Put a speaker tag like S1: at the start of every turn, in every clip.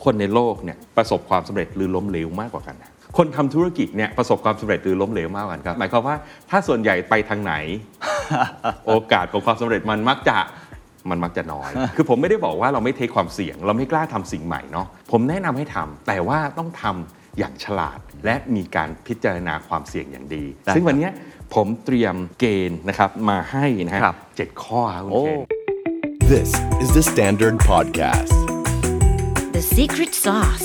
S1: คนในโลกเนี่ยประสบความสำเร็จหรือล้มเหลวมากกว่ากันคนทำธุรกิจเนี่ยประสบความสำเร็จหรือล้มเหลวมากกว่ากันครับหมายความว่าถ้าส่วนใหญ่ไปทางไหน โอกาสของความสำเร็จมันมักจะน้อย คือผมไม่ได้บอกว่าเราไม่เทคความเสี่ยงเราไม่กล้าทำสิ่งใหม่เนาะผมแนะนำให้ทำแต่ว่าต้องทำอย่างฉลาดและมีการพิจารณาความเสี่ยงอย่างดีซึ่งวันนี้ผมเตรียมเกณฑ์นะครับมาให้นะฮะ7 ข้อครับคุณเคน
S2: This is the Standard Podcast
S3: The Secret Sauce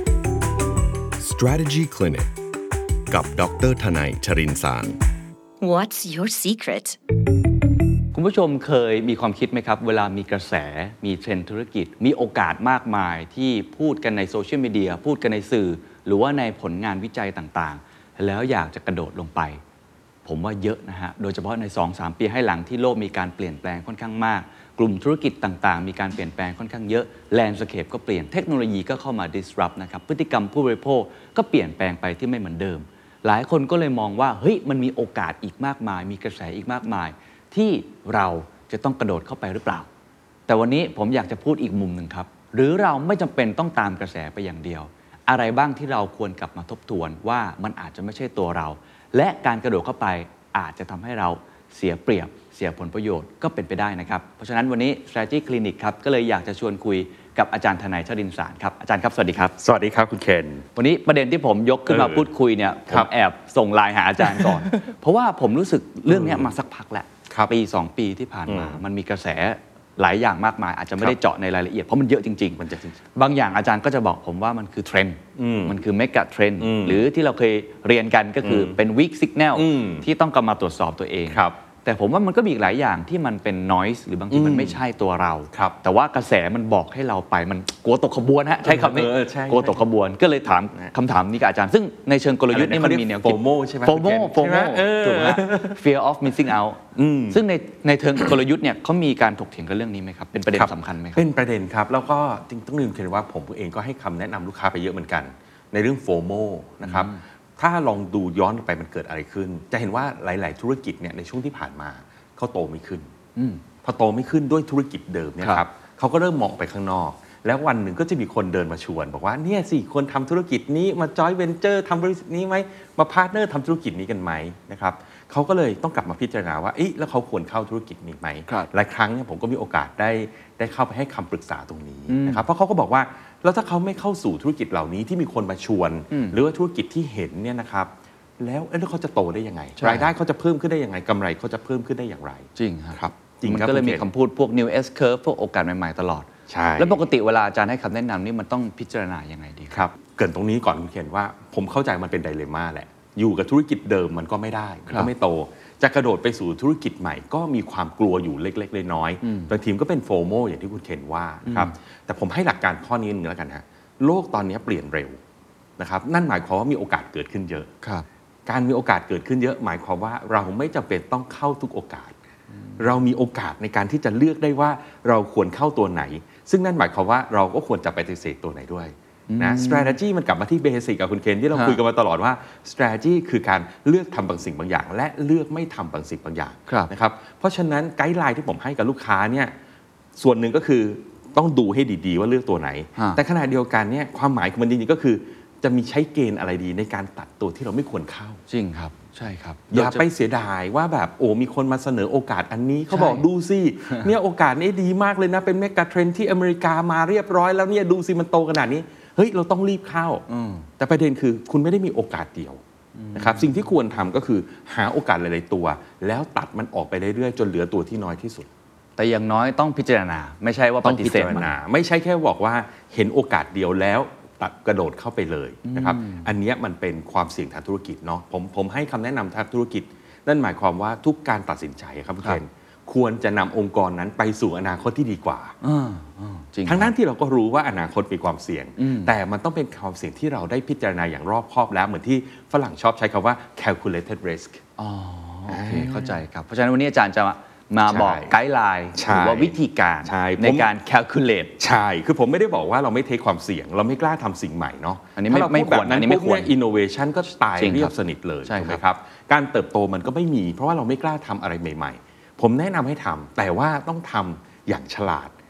S2: Strategy Clinic กับดร.ทนัย ชรินทร์สาร
S3: What's your secret
S4: คุณผู้ชมเคยมีความคิดไหมครับเวลามีกระแสมีเทรนด์ธุรกิจมีโอกาสมากมายที่พูดกันในโซเชียลมีเดียพูดกันในสื่อหรือว่าในผลงานวิจัยต่างๆแล้วอยากจะกระโดดลงไปผมว่าเยอะนะฮะโดยเฉพาะใน 2-3 ปีให้หลังที่โลกมีการเปลี่ยนแปลงค่อนข้างมากกลุ่มธุรกิจต่างๆมีการเปลี่ยนแปลงค่อนข้างเยอะแลนด์สเคปก็เปลี่ยนเทคโนโลยีก็เข้ามา disrupt นะครับพฤติกรรมผู้บริโภคก็เปลี่ยนแปลงไปที่ไม่เหมือนเดิมหลายคนก็เลยมองว่าเฮ้ยมันมีโอกาสอีกมากมายมีกระแสอีกมากมายที่เราจะต้องกระโดดเข้าไปหรือเปล่าแต่วันนี้ผมอยากจะพูดอีกมุมหนึ่งครับหรือเราไม่จำเป็นต้องตามกระแสไปอย่างเดียวอะไรบ้างที่เราควรกลับมาทบทวนว่ามันอาจจะไม่ใช่ตัวเราและการกระโดดเข้าไปอาจจะทำให้เราเสียเปรียบเสียผลประโยชน์ก็เป็นไปได้นะครับเพราะฉะนั้นวันนี้ Strategy Clinic ครับก็เลยอยากจะชวนคุยกับอาจารย์ทนัย ชรินทร์สารครับอาจารย์ครับสวัสดีครับ
S1: สวัสดีครับคุณเคน
S4: วันนี้ประเด็นที่ผมยกขึ้นมาพูดคุยเนี่ยผมแอบส่งไลน์หาอาจารย์ก่อน เพราะว่าผมรู้สึกเรื่องนี้มาสักพักแหละปี2 ปีที่ผ่านมามันมีกระแสหลายอย่างมากมายอาจจะไม่ได้เจาะในรายละเอียดเพราะมันเยอะจริงๆบางอย่างอาจารย์ก็จะบอกผมว่ามันคือเทรนด์มันคือเมกะเทรนด์หรือที่เราเคยเรียนกันก็คือเป็นวีคซิกแนลที่ต้องกลับมาตรวจสอบตัวเองแต่ผมว่ามันก็มีอีกหลายอย่างที่มันเป็น noise หรือบางทีมันไม่ใช่ตัวเราแต่ว่ากระแสมันบอกให้เราไปมันกลัวตกขบวนฮะใช้คำนี้กลัวตกขบวนก็เลยถามคำถามนี้กับอาจารย์ซึ่งในเชิงกลยุทธ์นี่มันมีแนวคิด
S1: FOMO ใช่ไหม
S4: FOMO ถูกไหม Fear of missing out ซึ่งในเชิงกลยุทธ์เนี่ยเขามีการถกเถียงกันเรื่องนี้ไหมครับเป็นประเด็นสำคัญไหมครับ
S1: เป็นประเด็นครับแล้วก็จริงต้องลืมเห็นว่าผมเองก็ให้คำแนะนำลูกค้าไปเยอะเหมือนกันในเรื่อง FOMO นะครับถ้าลองดูย้อนไปมันเกิดอะไรขึ้นจะเห็นว่าหลายๆธุรกิจเนี่ยในช่วงที่ผ่านมาเขาโตไม่ขึ้นพอโตไม่ขึ้นด้วยธุรกิจเดิมเนี่ยครับเขาก็เริ่มมองไปข้างนอกแล้ววันหนึ่งก็จะมีคนเดินมาชวนบอกว่าเนี่ยสิคนทำธุรกิจนี้มาจอยเวนเจอร์ทำบริษัทนี้ไหมมาพาร์ทเนอร์ทำธุรกิจนี้กันไหมนะครับเขาก็เลยต้องกลับมาพิจารณาว่าแล้วเขาควรเข้าธุรกิจนี้ไหมหลายครั้งเนี่ยผมก็มีโอกาสได้เข้าไปให้คำปรึกษาตรงนี้นะครับเพราะเขาก็บอกว่าแล้วถ้าเขาไม่เข้าสู่ธุรกิจเหล่านี้ที่มีคนมาชวนหรือว่าธุรกิจที่เห็นเนี่ยนะครับแล้วเขาจะโตได้ยังไงรายได้เขาจะเพิ่มขึ้นได้ยังไงกำไรเขาจะเพิ่มขึ้นได้อย่างไร
S4: จริง
S1: ครับ
S4: จริงมันก็เลยมีคำพูดพวก New S Curve พวกโอกาสใหม่ๆตลอด
S1: ใช่
S4: แล้วปกติเวลาอาจารย์ให้คำแนะนำนี่มันต้องพิจารณายังไงดี
S1: ครับเกริ่นตรงนี้ก่อนคุณเคนว่าผมเข้าใจมันเป็นไดเลม่าแหละอยู่กับธุรกิจเดิมมันก็ไม่ได้ก็ไม่โตจะกระโดดไปสู่ธุรกิจใหม่ก็มีความกลัวอยู่เล็กๆน้อยๆบางทีก็เป็นโฟโมอย่างที่คุณเคนว่าครับแต่ผมให้หลักการข้อนี้นึงแล้วกันฮะโลกตอนนี้เปลี่ยนเร็วนะครับนั่นหมายความว่ามีโอกาสเกิดขึ้นเยอะการมีโอกาสเกิดขึ้นเยอะหมายความว่าเราไม่จำเป็นต้องเข้าทุกโอกาสเรามีโอกาสในการที่จะเลือกได้ว่าเราควรเข้าตัวไหนซึ่งนั่นหมายความว่าเราก็ควรจะปฏิเสธตัวไหนด้วยนะ strategy มันกลับมาที่เบสิกกับคุณเคนที่เราคุยกันมาตลอดว่า strategy คือการเลือกทำบางสิ่งบางอย่างและเลือกไม่ทำบางสิ่งบางอย่างนะครับเพราะฉะนั้นไกด์ไลน์ที่ผมให้กับลูกค้าเนี่ยส่วนหนึ่งก็คือต้องดูให้ดีๆว่าเลือกตัวไหนแต่ขณะเดียวกันเนี่ยความหมายของมันจริงๆก็คือจะมีใช้เกณฑ์อะไรดีในการตัดตัวที่เราไม่ควรเข้า
S4: จริงครับใช่ครับ
S1: อย่าไปเสียดายว่าแบบมีคนมาเสนอโอกาสอันนี้เขาบอกดูสิเนี่ยโอกาสนี้ดีมากเลยนะเป็นเมกะเทรนด์ที่อเมริกามาเรียบร้อยแล้วเนี่ยดูสิมันโตขนาดนี้เฮ้ยเราต้องรีบเข้าแต่ประเด็นคือคุณไม่ได้มีโอกาสเดียวนะครับสิ่งที่ควรทำก็คือหาโอกาสหลายๆตัวแล้วตัดมันออกไปเรื่อยๆจนเหลือตัวที่น้อยที่สุด
S4: แต่อย่างน้อยต้องพิจารณาไม่ใช่ว่าปฏิเสธมัน
S1: ไม่ใช่แค่บอกว่าเห็นโอกาสเดียวแล้วตัดกระโดดเข้าไปเลยนะครับอันนี้มันเป็นความเสี่ยงทางธุรกิจเนาะผมให้คำแนะนำทางธุรกิจนั่นหมายความว่าทุกการตัดสินใจครับพี่เคนควรจะนำองค์กรนั้นไปสู่อนาคตที่ดีกว่าทั้งนั้นที่เราก็รู้ว่าอนาคตมีความเสี่ยงแต่มันต้องเป็นความเสี่ยงที่เราได้พิจารณาอย่างรอบคอบแล้วเหมือนที่ฝรั่งชอบใช้คำว่า calculated risk
S4: โอเคเข้าใจครับเพราะฉะนั้นวันนี้อาจารย์จะมาบอกไกด์ไลน์หรือว่าวิธีการในการ calculate
S1: ใช่คือผมไม่ได้บอกว่าเราไม่เทคความเสี่ยงเราไม่กล้าทำสิ่งใหม่เนาะ
S4: อันนี้ไม่ควรอันนี้ไม่ควร
S1: innovation ก็ตายเรียบสนิทเลยถูกไหมครับการเติบโตมันก็ไม่มีเพราะว่าเราไม่กล้าทำอะไรใหม่ๆผมแนะนำให้ทำแต่ว่าต้องทำอย่างฉลาด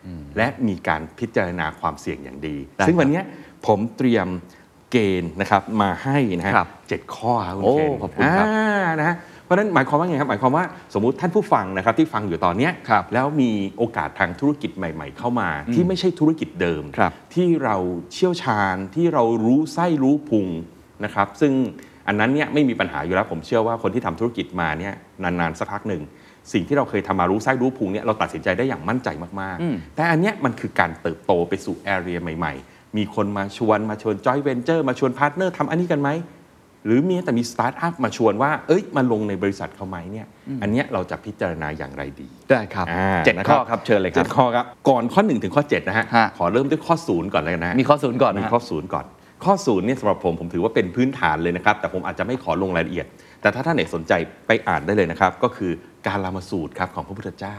S1: และมีการพิจารณาความเสี่ยงอย่างดี ซึ่งวันนี้ผมเตรียมเกณฑ์นะครับมาให้นะฮะ 7 ข้อครับคุณเคน
S4: ขอบคุณครับ
S1: นะฮะเพราะฉะนั้นหมายความว่าไงครับหมายความว่าสมมุติท่านผู้ฟังนะครับที่ฟังอยู่ตอนนี้แล้วมีโอกาสทางธุรกิจใหม่ๆเข้ามาที่ไม่ใช่ธุรกิจเดิมที่เราเชี่ยวชาญที่เรารู้ไส้รู้พุงนะครับซึ่งอันนั้นเนี่ยไม่มีปัญหาอยู่แล้วผมเชื่อว่าคนที่ทำธุรกิจมาเนี่ยนานๆสักพักหนึ่งสิ่งที่เราเคยทำมารู้ไส้รู้พุงเนี่ยเราตัดสินใจได้อย่างมั่นใจมากๆแต่อันเนี้ยมันคือการเติบโตไปสู่แอเรียใหม่ๆมีคนมาชวนจอยเวนเจอร์มาชวนพาร์ทเนอร์ทำอันนี้กันไหมหรือมีแต่มีสตาร์ทอัพมาชวนว่ามาลงในบริษัทเขาไหมเนี่ยอันเนี้ยเราจะพิจารณาอย่างไรดี
S4: ได้ครับ7 ข้อครับเชิญเลยครับ
S1: 7 ข้อครับก่อนข้อ1ถึงข้อ7นะฮะขอเริ่มด้วยข้อ0ก่อนเลยนะ
S4: มีข้อ0ก่อนนะ
S1: มีข้อ0ก่อนข้อ0เนี่ยสำหรับผมถือว่าเป็นพื้นฐานเลยนะครับแต่ผมอาจจะไม่ขอลงรายละเอียดแต่ถ้าท่านไหนสนใจไปอ่านได้เลยนะครับก็คือการลามาสูตรครับของพระพุทธเจ้า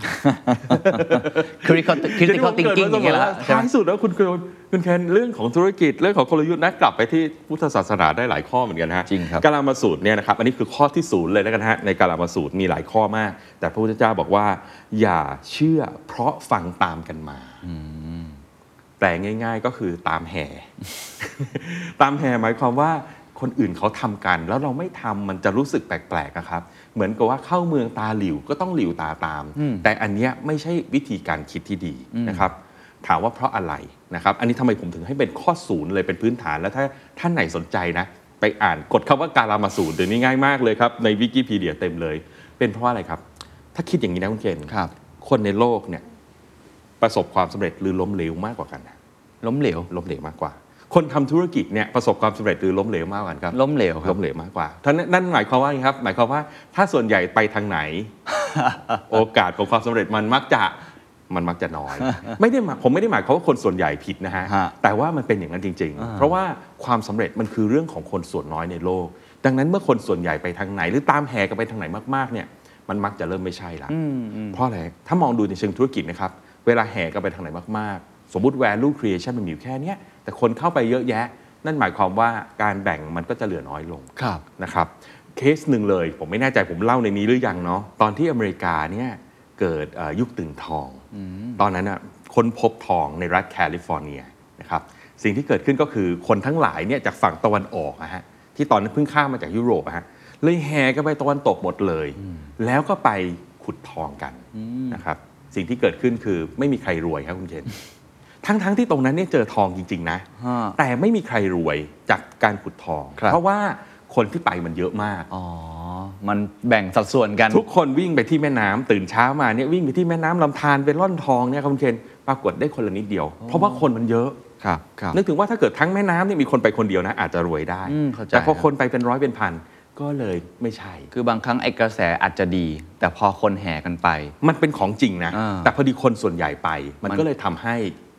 S4: critical thinking อย่างเงี้ยละ
S1: ท้ายสุดแล้วคุณเคนเรื่องของธุรกิจเรื่องของกลยุทธ์นะกลับไปที่พุทธศาสนาได้หลายข้อเหมือนกันฮะ
S4: จริงครับ
S1: การลามาสูตรเนี่ยนะครับอันนี้คือข้อที่0เลยแล้วกันฮะในการลามาสูตรมีหลายข้อมากแต่พระพุทธเจ้าบอกว่าอย่าเชื่อเพราะฟังตามกันมาแปลง่ายๆก็คือตามแห่ ตามแห่หมายความว่าคนอื่นเขาทำกันแล้วเราไม่ทำมันจะรู้สึกแปลกๆนะครับเหมือนกับว่าเข้าเมืองตาหลิวก็ต้องหลิวตาตามแต่อันเนี้ยไม่ใช่วิธีการคิดที่ดีนะครับถามว่าเพราะอะไรนะครับอันนี้ทำไมผมถึงให้เป็นข้อ0เลยเป็นพื้นฐานแล้วถ้าท่านไหนสนใจนะไปอ่านกดคำว่าการลามาสูตรเดี๋ยวนี้ง่ายมากเลยครับในวิกิพีเดียเต็มเลยเป็นเพราะอะไรครับถ้าคิดอย่างนี้นะคุณเคนคนในโลกเนี่ยประสบความสำเร็จหรือล้มเหลวมากกว่ากัน
S4: ล้มเหลว
S1: มากกว่าคนทำธุรกิจเนี่ยประสบความสำเร็จหรือล้มเหลวมากกว่ากันครับ
S4: ล้มเหลว
S1: มากกว่านั่นหมายความว่าไงครับหมายความว่าถ้าส่วนใหญ่ไปทางไหน โอกาสของความสำเร็จมันมักจะน้อยผมไม่ได้หมายความว่าคนส่วนใหญ่ผิดนะฮะแต่ว่ามันเป็นอย่างนั้นจริงๆเพราะว่าความสำเร็จมันคือเรื่องของคนส่วนน้อยในโลกดังนั้นเมื่อคนส่วนใหญ่ไปทางไหนหรือตามแห่กันไปทางไหนมากๆเนี่ยมันมักจะเริ่มไม่ใช่ละเพราะอะไรถ้ามองดูในเชิงธุรกิจนะครับเวลาแห่กันไปทางไหนมากๆสมมุติ value creation มันมีอยู่แค่นี้แต่คนเข้าไปเยอะแยะนั่นหมายความว่าการแบ่งมันก็จะเหลือน้อยลงนะครับเคสหนึ่งเลยผมไม่แน่ใจผมเล่าในนี้หรือยังเนาะตอนที่อเมริกาเนี่ยเกิดยุคตึงทองตอนนั้นน่ะค้นพบทองในรัฐแคลิฟอร์เนียนะครับสิ่งที่เกิดขึ้นก็คือคนทั้งหลายเนี่ยจากฝั่งตะวันออกนะฮะที่ตอนนั้นเพิ่งข้ามมาจากยุโรปฮะเลยแห่กันไปตะวันตกหมดเลยแล้วก็ไปขุดทองกันนะครับสิ่งที่เกิดขึ้นคือไม่มีใครรวยครับคุณเคนทั้งที่ตรงนั้นเนี่ยเจอทองจริงๆนะแต่ไม่มีใครรวยจากการขุดทองเพราะว่าคนที่ไปมันเยอะมาก
S4: มันแบ่งสัดส่วนกัน
S1: ทุกคนวิ่งไปที่แม่น้ำตื่นเช้ามาเนี่ยวิ่งไปที่แม่น้ำลำธารไปร่อนทองเนี่ยครับคุณเคนปรากฏได้คนละนิดเดียวเพราะว่าคนมันเยอะนึกถึงว่าถ้าเกิดทั้งแม่น้ำเนี่ยมีคนไปคนเดียวนะอาจจะรวยได้แต่พอคนไปเป็นร้อยเป็นพันก็เลยไม่ใช่
S4: คือบางครั้งไอ้กระแสอาจจะดีแต่พอคนแห่กันไป
S1: มันเป็นของจริงนะแต่พอดีคนส่วนใหญ่ไปมันก็เลยทำให้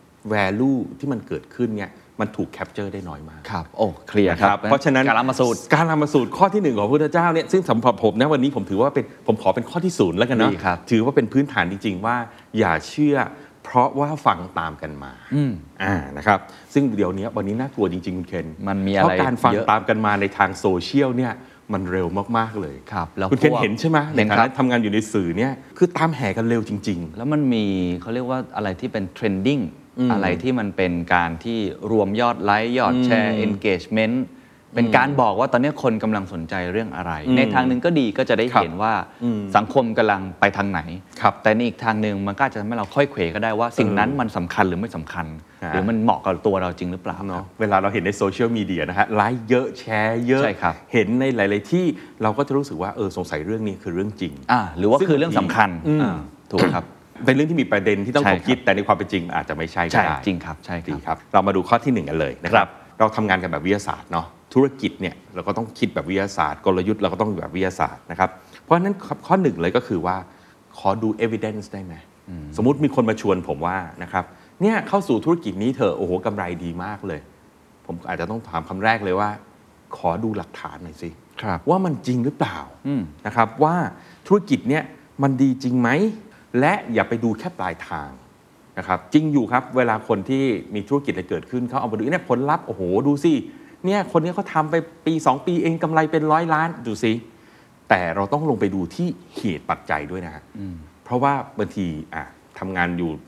S1: value ที่มันเกิดขึ้นเนี่ยมันถูกแคปเจอร์ได้น้อยมาก
S4: ครับโอ้เคลียร์ครับ
S1: เพราะฉะนั้น
S4: การลามา
S1: สูตรข้อที่1ของพระพุทธเจ้าเนี่ยซึ่งสำหรับผมนะวันนี้ผมถือว่าเป็นผมขอเป็นข้อที่0แล้วกันเนาะถือว่าเป็นพื้นฐานจริงๆว่าอย่าเชื่อเพราะว่าฟังตามกันมานะครับซึ่งเดี๋ยวนี้วันนี้น่ากลัวจริงๆคุณเคน
S4: มันมีอะไรเพ
S1: ราะการฟังตามกันมาในทางโซเชียลเนี่ยมันเร็วมากๆเลย
S4: แล้ว
S1: คุณเคนเห็นใช่ไหมในฐานะทำงานอยู่ในสื่อเนี่ยคือตามแห่กันเร็วจริง
S4: ๆแล้วมันมีเขาเรียกว่าอะไรที่เป็นเทรนดิ้งอะไรที่มันเป็นการที่รวมยอดไลค์ยอดแชร์ engagement เป็นการบอกว่าตอนนี้คนกำลังสนใจเรื่องอะไรในทางนึงก็ดีก็จะได้เห็นว่าสังคมกำลังไปทางไหนแต่ในอีกทางนึงมันก็จะทำให้เราค่อยเขวก็ได้ว่าสิ่งนั้นมันสำคัญหรือไม่สำคัญหรือมันเหมาะกับตัวเราจริงหรือเปล่า
S1: เนาะเวลาเราเห็นในโซเชียลมีเดียนะฮะไลค์เยอะแชร์เยอะเห็นในหลายๆที่เราก็จะรู้สึกว่าสงสัยเรื่องนี้คือเรื่องจริง
S4: หรือว่าคือเรื่องสำคัญถูกครับ
S1: เป็นเรื่องที่มีประเด็นที่ต้องถกคิดแต่ในความเป็นจริงอาจจะไม่ใช่ก็ได้
S4: จริงครับใช่
S1: ครับเรามาดูข้อที่1กันเลยนะครับเราทำงานกันแบบวิทยาศาสตร์เนาะธุรกิจเนี่ยเราก็ต้องคิดแบบวิทยาศาสตร์กลยุทธ์เราก็ต้องแบบวิทยาศาสตร์นะครับเพราะฉะนั้นข้อ1เลยก็คือว่าขอดู evidence ได้ไหมสมมุติมีคนมาชวนผมว่านะครับเนี่ยเข้าสู่ธุรกิจนี้เถอะโอ้โหกำไรดีมากเลยผมอาจจะต้องถามคำแรกเลยว่าขอดูหลักฐานหน่อยสิว่ามันจริงหรือเปล่านะครับว่าธุรกิจเนี่ยมันดีจริงไหมและอย่าไปดูแค่ปลายทางนะครับจริงอยู่ครับเวลาคนที่มีธุรกิจอะไรเกิดขึ้นเขาเอามาดูเนี่ยผลลัพธ์โอ้โหดูสิเนี่ยคนนี้เขาทำไปปี2ปีเองกำไรเป็น100 ล้านดูสิแต่เราต้องลงไปดูที่เหตุปัจจัยด้วยนะฮะเพราะว่าบางทีทำงานอยู่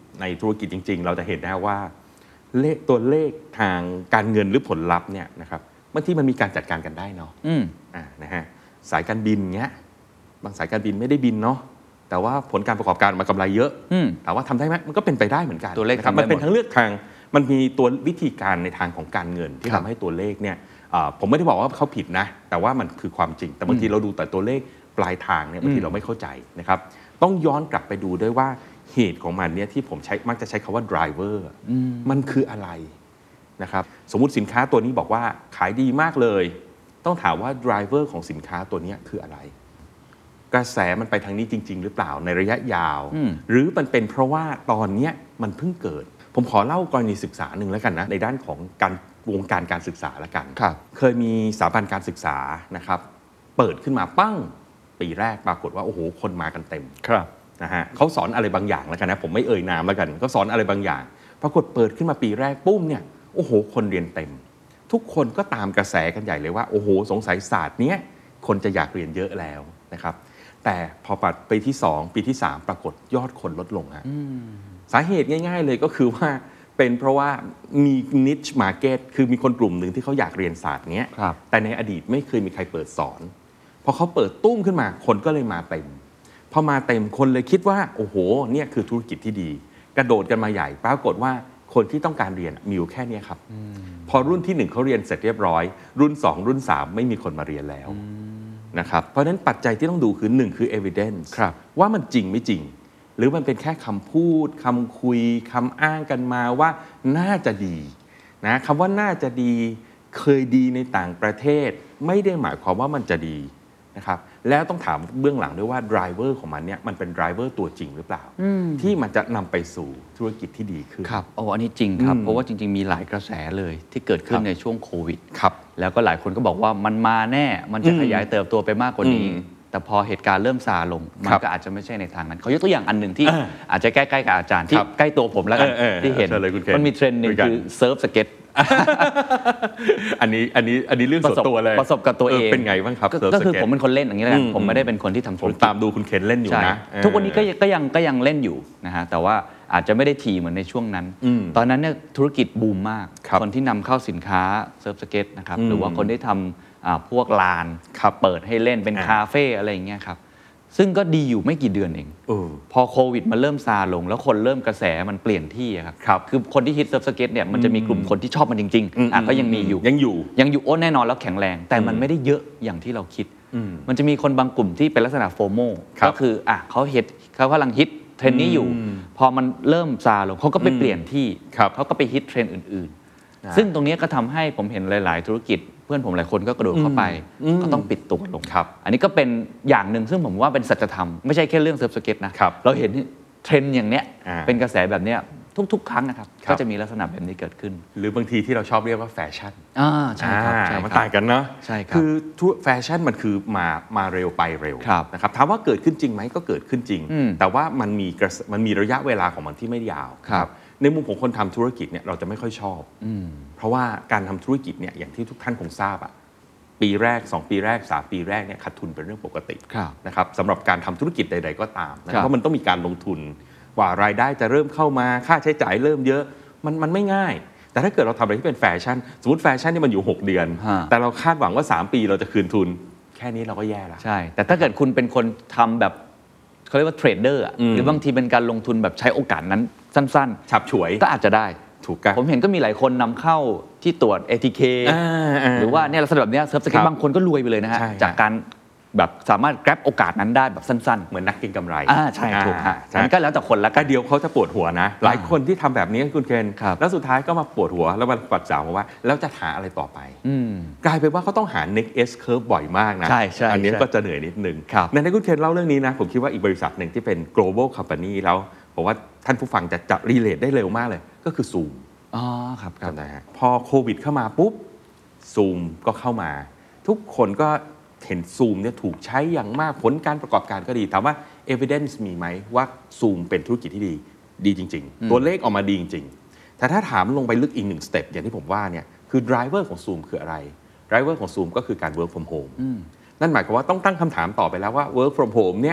S1: ในธุรกิจจริงๆเราจะเห็นได้ว่าตัวเลขทางการเงินหรือผลลัพธ์เนี่ยนะครับบางทีมันมีการจัดการกันได้เนาะนะฮะสายการบินเงี้ยบางสายการบินไม่ได้บินเนาะแต่ว่าผลการประกอบการมากำไรเยอะแต่ว่าทำได้ไหมมันก็เป็นไปได้เหมือนกัน
S4: ตัวเลข
S1: นะครับมันเป็นทั้งเลือกทางมันมีตัววิธีการในทางของการเงินที่ทำให้ตัวเลขเนี่ยผมไม่ได้บอกว่าเขาผิดนะแต่ว่ามันคือความจริงแต่บางทีเราดูแต่ตัวเลขปลายทางเนี่ยบางทีเราไม่เข้าใจนะครับต้องย้อนกลับไปดูด้วยว่าเหตุของมันเนี่ยที่ผมมักจะใช้คำว่า driver มันคืออะไรนะครับสมมุติสินค้าตัวนี้บอกว่าขายดีมากเลยต้องถามว่า driver ของสินค้าตัวนี้คืออะไรกระแสมันไปทางนี้จริงๆหรือเปล่าในระยะยาวหรือมันเป็นเพราะว่าตอนนี้มันเพิ่งเกิดผมขอเล่ากรณีศึกษาหนึ่งแล้วกันนะในด้านของวงการการศึกษาแล้วกันเคยมีสถาบันการศึกษานะครับเปิดขึ้นมาปั้งปีแรกปรากฏว่าโอ้โหคนมากันเต็มนะฮะเขาสอนอะไรบางอย่างแล้วกันนะผมไม่เอ่ยนามแล้วกันก็สอนอะไรบางอย่างปรากฏเปิดขึ้นมาปีแรกปุ้มเนี่ยโอ้โหคนเรียนเต็มทุกคนก็ตามกระแสกันใหญ่เลยว่าโอ้โหสงสัยศาสตร์เนี้ยคนจะอยากเรียนเยอะแล้วนะครับแต่พอปัดปีที่2ปีที่3ปรากฏยอดคนลดลงฮะสาเหตุง่ายๆเลยก็คือว่าเป็นเพราะว่ามี niche market คือมีคนกลุ่มหนึ่งที่เขาอยากเรียนศาสตร์เนี้ยแต่ในอดีตไม่เคยมีใครเปิดสอนพอเขาเปิดตุ้มขึ้นมาคนก็เลยมาเต็มพอมาเต็มคนเลยคิดว่าโอ้โหเนี่ยคือธุรกิจที่ดีกระโดดกันมาใหญ่ปรากฏว่าคนที่ต้องการเรียนมีอยู่แค่นี้ครับพอรุ่นที่1เขาเรียนเสร็จเรียบร้อยรุ่น2รุ่น3ไม่มีคนมาเรียนแล้วนะครับเพราะฉะนั้นปัจจัยที่ต้องดูคือ1คือ evidence ว่ามันจริงไม่จริงหรือมันเป็นแค่คำพูดคำคุยคำอ้างกันมาว่าน่าจะดีนะคำว่าน่าจะดีเคยดีในต่างประเทศไม่ได้หมายความว่ามันจะดีนะครับแล้วต้องถามเบื้องหลังด้วยว่า driver ของมันเนี่ยมันเป็น driver ตัวจริงหรือเปล่าที่มันจะนำไปสู่ธุรกิจที่ดีขึ้น
S4: ครับอันนี้จริงครับเพราะว่าจริงๆมีหลายกระแสเลยที่เกิดขึ้นในช่วงโควิดแล้วก็หลายคนก็บอกว่ามันมาแน่มันจะขยายเติบโตไปมากกว่านี้แต่พอเหตุการณ์เริ่มซาลงมันก็อาจจะไม่ใช่ในทางนั้นเขายกตัวอย่างอันหนึ่งที่อาจจะใกล้ๆกับอาจารย์ที่ใกล้ตัวผมแล้วกันที่เห็นมันมีเทรนด์นึงคือเซิร์ฟสเก็ต
S1: อันนี้เรื่องส่วนตัวเลย
S4: ประสบกับตัวเอง
S1: เป็นไงบ้างครับ
S4: ก็คือผมเป็นคนเล่นอย่างนี้แล้วกันผมไม่ได้เป็นคนที่ทำธุรกิจ
S1: ผมตามดูคุณเคนเล่นอยู่นะ
S4: ทุกวันนี้ก็ยังเล่นอยู่นะฮะแต่ว่าอาจจะไม่ได้ทีเหมือนในช่วงนั้นตอนนั้นเนี่ยธุรกิจบูมมากคนที่นำเข้าสินค้าเซิร์ฟสเก็ตนะครับหรือว่าคนที่ทำพวกลานเปิดให้เล่นเป็นคาเฟ่อะไรอย่างเงี้ยครับซึ่งก็ดีอยู่ไม่กี่เดือนเองพอโควิดมันเริ่มซาลงแล้วคนเริ่มกระแสมันเปลี่ยนที่ครับคือคนที่ฮิตเซิร์ฟสเก็ตเนี่ยมันจะมีกลุ่มคนที่ชอบมันจริงๆก็ยังมีอยู่โอ้แน่นอนแล้วแข็งแรงแต่มันไม่ได้เยอะอย่างที่เราคิดมันจะมีคนบางกลุ่มที่เป็นลักษณะโฟโมก็คือเขากำลังฮิตเทรนด์นี้อยู่พอมันเริ่มซาลงเขาก็ไปเปลี่ยนที่เขาก็ไปฮิตเทรนด์อื่นๆซึ่งตรงนี้ก็ทำให้ผมเห็นหลายๆธุรกิจเพื่อนผมหลายคนก็กระโดดเข้าไปก็ต้องปิดตัวลงอันนี้ก็เป็นอย่างหนึ่งซึ่งผมว่าเป็นสัจธรรมไม่ใช่แค่เรื่องเซิร์ฟสเก็ตนะเราเห็นเทรนด์อย่างเนี้ยเป็นกระแสแบบเนี้ยทุกครั้งนะครับก็จะมีลักษณะแบบนี้เกิดขึ้น
S1: หรือบางทีที่เราชอบเรียกว่าแฟชั่น
S4: ใช่ครับ
S1: มันต่างกันเนาะ
S4: ใช่ครับ
S1: คือแฟชั่นมันคือมาเร็วไปเร็วนะครับถามว่าเกิดขึ้นจริงไหมก็เกิดขึ้นจริงแต่ว่ามันมีระยะเวลาของมันที่ไม่ยาวครับในมุมของคนทำธุรกิจเนี่ยเราจะไม่ค่อยชอบเพราะว่าการทำธุรกิจเนี่ยอย่างที่ทุกท่านคงทราบปีแรก2ปีแรก3ปีแรกเนี่ยขาดทุนเป็นเรื่องปกตินะครับสำหรับการทำธุรกิจใดๆก็ตามนะเพราะมันต้องมีการลงทุนกว่ารายได้จะเริ่มเข้ามาค่าใช้จ่ายเริ่มเยอะมันไม่ง่ายแต่ถ้าเกิดเราทำอะไรที่เป็นแฟชั่นสมมติแฟชั่นนี่มันอยู่6เดือนแต่เราคาดหวังว่า3ปีเราจะคืนทุนแค่นี้เราก็แย่แล้ว
S4: ใช่แต่ถ้าเกิดคุณเป็นคนทำแบบเขาเรียกว่าเทรดเดอร์หรือบางทีเป็นการลงทุนแบบใช้โอกาสนั้นสั้น
S1: ๆฉับฉวย
S4: ก็อาจจะได้
S1: ถูกกัน
S4: ผมเห็นก็มีหลายคนนำเข้าที่ตรวจ ATK หรือว่าเนี่ยลักษณะแบบนี้เซิร์ฟสเก็ตบางคนก็รวยไปเลยนะฮะจากการแบบสามารถ grab โอกาสนั้นได้แบบสั้นๆ
S1: เหมือนนักเก็งกำไร
S4: ใช่ถูกฮะอันนี้ก็แล้วแต่คนละ
S1: ก็เดี๋ยวเขาจะปวดหัวนะหลายคนที่ทำแบบนี้คุณเคนแล้วสุดท้ายก็มาปวดหัวแล้วมาปัดสาวว่าแล้วจะหาอะไรต่อไปกลายเป็นว่าเขาต้องหา next S curve บ่อยมากนะอันนี้ก็จะเหนื่อยนิดนึงในคุณเคนเล่าเรื่องนี้นะผมคิดว่าอีกบริษัทหนึ่งที่เป็น global company แล้วผมว่าท่านผู้ฟังจะrelate ได้เร็วมากเลยก็คือ Zoom
S4: ครับ
S1: นะฮะพอโควิดเข้ามาปุ๊บ Zoom ก็เข้ามาทุกคนก็เห็น Zoom เนี่ยถูกใช้อย่างมากผลการประกอบการก็ดีถามว่า evidence มีไหมว่า Zoom เป็นธุรกิจที่ดีจริงๆตัวเลขออกมาดีจริงๆแต่ถ้าถามลงไปลึกอีก1สเต็ปอย่างที่ผมว่าเนี่ยคือ driver ของ Zoom คืออะไร driver ของ Zoom ก็คือการ work from home นั่นหมายความว่าต้องตั้งคำถามต่อไปแล้วว่า work from home เนี่ย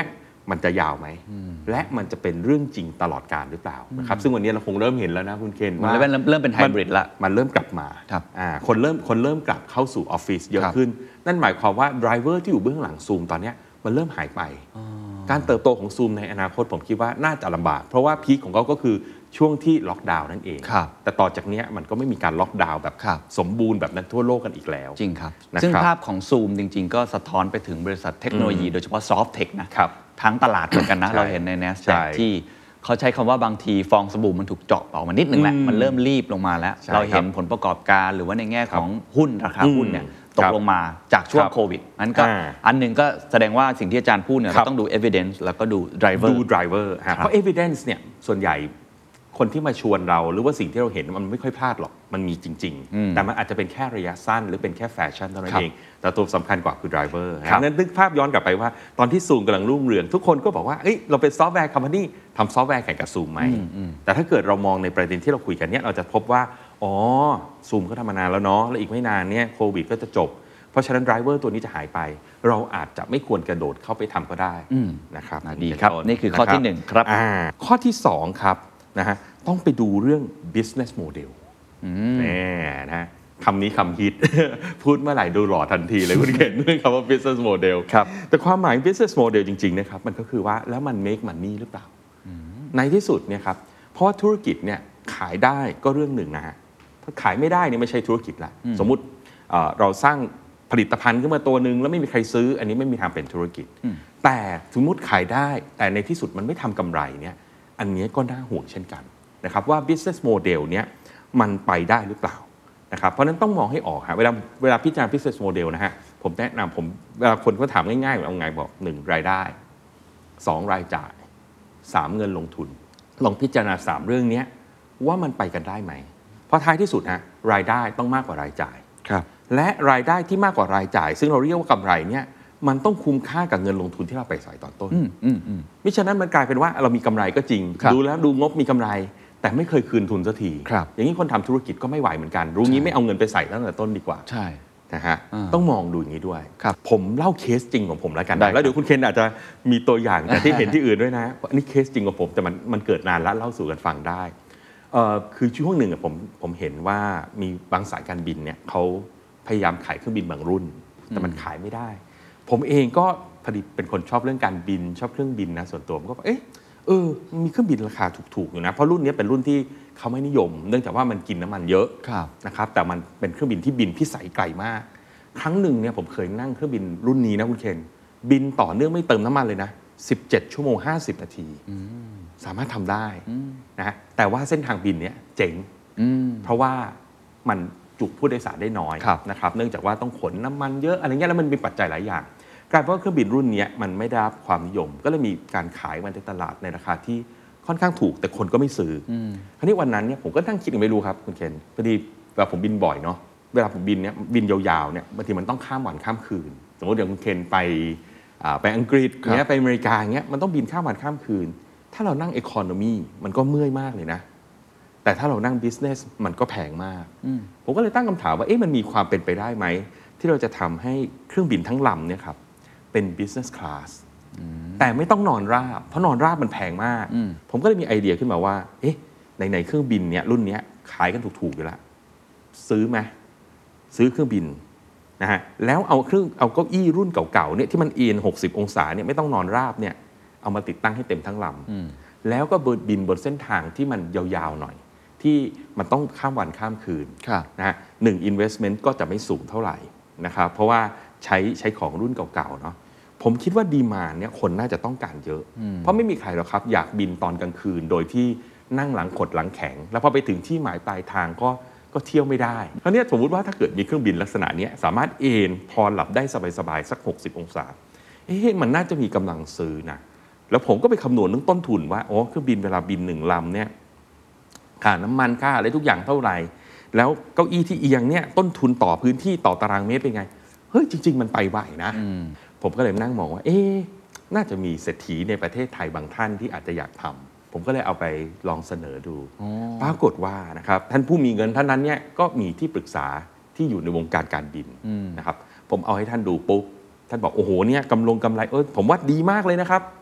S1: มันจะยาวไหมและมันจะเป็นเรื่องจริงตลอดกาลหรือเปล่านะครับซึ่งวันนี้เราคงเริ่มเห็นแล้วนะคุณเคน
S4: มัน
S1: ว่า
S4: เริ่มเป็นไฮบริดละ
S1: มันเริ่มกลับมา
S4: ครับ
S1: คนเริ่มกลับเข้าสู่ออฟฟิศเยอะ
S4: ครับ
S1: ขึ้น นั่นหมายความว่าไดรเวอร์ที่อยู่เบื้องหลังซูมตอนเนี้ยมันเริ่มหายไป การเติบโตของซูมในอนาคตผมคิดว่าน่าจะลำบาก เพราะว่าพีคของเขาก็คือช่วงที่ล็อกดาวน์นั่นเอง
S4: ครับ
S1: แต่ต่อจากเนี้ยมันก็ไม่มีการล็อกดาวน์แบบ
S4: ครับ
S1: สมบูรณ์แบบนั้นทั่วโลกกันอีกแล้ว
S4: จริงครับ
S1: นะครับ
S4: ซึ่งภาพของ Zoom จริง ๆ ก็สะท้อนไปถึงบริษัทเทคโนโลยีโดยเฉพาะซอฟต์เทคนะครับ ทั้งตลาดเหมือนกันนะ
S1: ใช่
S4: เราเห็นใน
S1: ใช่
S4: NASDAQ ที่เขาใช้คำว่าบางทีฟองสบู่มันถูกเจาะออกมานิดนึงแหละมันเริ่มรีบลงมาแล้ว
S1: ใช่
S4: เราเห็น
S1: ครับ
S4: ผลประกอบการหรือว่าในแง่ของหุ้นราคาหุ้นเนี่ยต
S1: ค
S4: ก
S1: รับ
S4: ลงมาจากช่วง
S1: ครับ
S4: โควิดนั้นก็
S1: อ่า
S4: อันหนึ่งก็แสดงว่าสิ่งที่อาจารย์พูดเนี่ย
S1: ครับ
S4: เราต้องดู evidence แล้วก็ดู driver
S1: ดู driver ฮะเพราะ evidence เนี่ยส่วนใหญ่คนที่มาชวนเราหรือว่าสิ่งที่เราเห็นมันไม่ค่อยพลาดหรอกมันมีจริง ๆ แต่มันอาจจะเป็นแค่ระยะสั้นหรือเป็นแค่แฟชั่นเท่านั้น
S4: ครับ
S1: เองแต่ตัวสำคัญกว่าคือ driver ฮะ
S4: ครับ
S1: นั้นนึกภาพย้อนกลับไปว่าตอนที่ซูมกำลังรุ่งเรืองทุกคนก็บอกว่าเอ้ยเราเป็นซอฟต์แวร์คอมพานีทำซอฟต์แวร์แข่งกับซูมไหมแต่ถ้าเกิดเรามองในประเด็นที่เราคุยกันเนี่ยเราจะพบว่าอ๋อซูมก็ทำมานานแล้วเนาะแล้วอีกไม่นานเนี่ยโควิดก็จะจบเพราะฉะนั้น driver ตัวนี้จะหายไป เราอาจจะไม่ควรกระโดดเข้าไปทำก็ได้นะครับ
S4: ดีครับ
S1: เป็ต้
S4: นี่คือข้อที่หนึ่งครับ
S1: ข้อที่สองครับนะฮะต้องไปดูเรื่อง business model แน่นะฮะคำนี้คำฮิต พูดเมื่อไหร่ดูหล่อทันทีเลยคุณเห็นเรื่องคำว่า business model
S4: ครับ
S1: แต่ความหมาย business model จริงๆนะครับมันก็คือว่าแล้วมัน make money หรือเปล่า ในที่สุดเนี่ยครับเพราะว่าธุรกิจเนี่ยขายได้ก็เรื่องหนึ่งนะฮะถ้าขายไม่ได้เนี่ยไม่ใช่ธุรกิจละสมมุติเราสร้างผลิตภัณฑ์ขึ้นมาตัวหนึ่งแล้วไม่มีใครซื้ออันนี้ไม่มีทางเป็นธุรกิจ แต่สมมุติขายได้แต่ในที่สุดมันไม่ทำกำไรเนี่ยอันนี้ก็น่าห่วงเช่นกันนะครับว่า business model เนี่ยมันไปได้หรือเปล่านะครับเพราะฉะนั้นต้องมองให้ออกฮะเวลาพิจารณา business model นะฮะผมแนะนำเวลาคนเขาถามง่ายๆเอาไงบอก1รายได้2รายจ่าย3เงินลงทุนลองพิจารณา3เรื่องนี้ว่ามันไปกันได้ไหมเพราะท้ายที่สุดฮะรายได้ต้องมากกว่ารายจ่าย
S4: ครับ
S1: และรายได้ที่มากกว่ารายจ่าย ซึ่งเราเรียกว่ากำไรเนี่ยมันต้องคุ้มค่ากับเงินลงทุนที่เราไปใส่ตอนต้นมิฉะนั้นมันกลายเป็นว่าเรามีกำไรก็จริง
S4: ครับ
S1: ดูแล้วดูงบมีกำไร แต่ไม่เคยคืนทุนสักที
S4: ครับ
S1: อย่างนี้คนทำธุรกิจก็ไม่ไหวเหมือนกัน รู้งี้ไม่เอาเงินไปใส่ตั้งแต่ต้นดีกว่า
S4: ใช่
S1: นะฮะต้องมองดูอย่างนี้ด้วย
S4: ครับ
S1: ผมเล่าเคสจริงของผมแล้วกัน
S4: ได้ครับ
S1: แล้วเดี๋ยวคุณเคนอาจจะมีตัวอย่างจากที่เห็นที่อื่นด้วยนะอันนี้เคสจริงของผมแต่มันเกิดนานแล้วเล่าสู่กันฟังได้คือช่วงหนึ่งอะผมเห็นว่ามีบางสายการบินเนี่ยเขาพยายามขายเครื่องบินบางรุ่น แต่มันขายไม่ได้ ผมเองก็พอดีเป็นคนชอบเรื่องการบินชอบเครื่องบินนะส่วนตัวผมก็มันมีเครื่องบินราคาถูกๆอยู่นะเพราะรุ่นนี้เป็นรุ่นที่เขาไม่นิยม เนื่องจากว่ามันกินน้ำมันเยอะ
S4: ครับ
S1: นะครับแต่มันเป็นเครื่องบินที่บินพิสัยไกลมาก ครั้งหนึ่งเนี่ยผมเคยนั่งเครื่องบินรุ่นนี้นะคุณเคนบินต่อเนื่องไม่เติมน้ำมันเลยนะ17 ชั่วโมง 50 นาทีสามารถทำได้นะแต่ว่าเส้นทางบินเนี่ยเจ๋งเพราะว่ามันจุผู้โดยสารได้น้อย
S4: ครับ
S1: นะครับเนื่องจากว่าต้องขนน้ำมันเยอะอะไรเงี้ยแล้วมันมีปัจจัยหลายอย่างกลายเป็นว่าเครื่องบินรุ่นนี้มันไม่ได้รับความนิยม ก็เลยมีการขายมันในตลาดในราคาที่ค่อนข้างถูกแต่คนก็ไม่ซื้อคราวนี้วันนั้นเนี่ยผมก็นั่งคิดไม่รู้ครับคุณเคนพอดีเวลาผมบินบ่อยเนาะเวลาผมบินเนี่ยบินยาวๆเนี่ยบางทีมันต้องข้ามวันข้ามคืนสมมติอย่างคุณเคนไปอังกฤษเงี้ยไปอเมริกาเงี้ยมันต้องบินข้ามวันข้ามคืน ถ้าเรานั่ง economy มันก็เมื่อยมากเลยนะแต่ถ้าเรานั่ง business มันก็แพงมากผมก็เลยตั้งคำถามว่ามันมีความเป็นไปได้ไหมที่เราจะทำให้เครื่องบินทั้งลำเนี่ยครับเป็น business class แต่ไม่ต้องนอนราบเพราะนอนราบมันแพงมากผมก็เลยมีไอเดียขึ้นมาว่าในเครื่องบินเนี่ยรุ่นนี้ขายกันถูกๆอยู่แล้วซื้อไหมซื้อเครื่องบินนะฮะแล้วเอาเก้าอี้รุ่นเก่าๆเนี่ยที่มันเอียง60 องศาเนี่ยไม่ต้องนอนราบเนี่ยเอามาติดตั้งให้เต็มทั้งลำแล้วก็บินบนเส้นทางที่มันยาวๆหน่อยที่มันต้องข้ามวันข้ามคืนนะฮะinvestment ก็จะไม่สูงเท่าไหร่นะครับเพราะว่าใช้ของรุ่นเก่าๆเนาะผมคิดว่าดีมานด์เนี่ยคนน่าจะต้องการเยอะเพราะไม่มีใครหรอกครับอยากบินตอนกลางคืนโดยที่นั่งหลังขดหลังแข็งแล้วพอไปถึงที่หมายปลายทางก็เที่ยวไม่ได้คราวนี้สมมติว่าถ้าเกิดมีเครื่องบินลักษณะนี้สามารถพอหลับได้สบายๆสัก60 องศามันน่าจะมีกำลังซื้อนะแล้วผมก็ไปคำนวณเรื่องต้นทุนว่าเครื่องบินเวลาบิน1 ลำเนี่ยค่าน้ำมันค่าอะไรทุกอย่างเท่าไหร่แล้วเก้าอี้ที่เอียงเนี่ยต้นทุนต่อพื้นที่ต่อตารางเมตรเป็นไงเฮ้ยจริงๆมันไปไหวนะผมก็เลยนั่งมองว่าน่าจะมีเศรษฐีในประเทศไทยบางท่านที่อาจจะอยากทำผมก็เลยเอาไปลองเสนอดูปรากฏว่านะครับท่านผู้มีเงินท่านนั้นเนี่ยก็มีที่ปรึกษาที่อยู่ในวงการการบินนะครับผมเอาให้ท่านดูปุ๊บท่านบอกโอ้โหเนี่ยกำไรผมว่าดีมากเลยนะครับ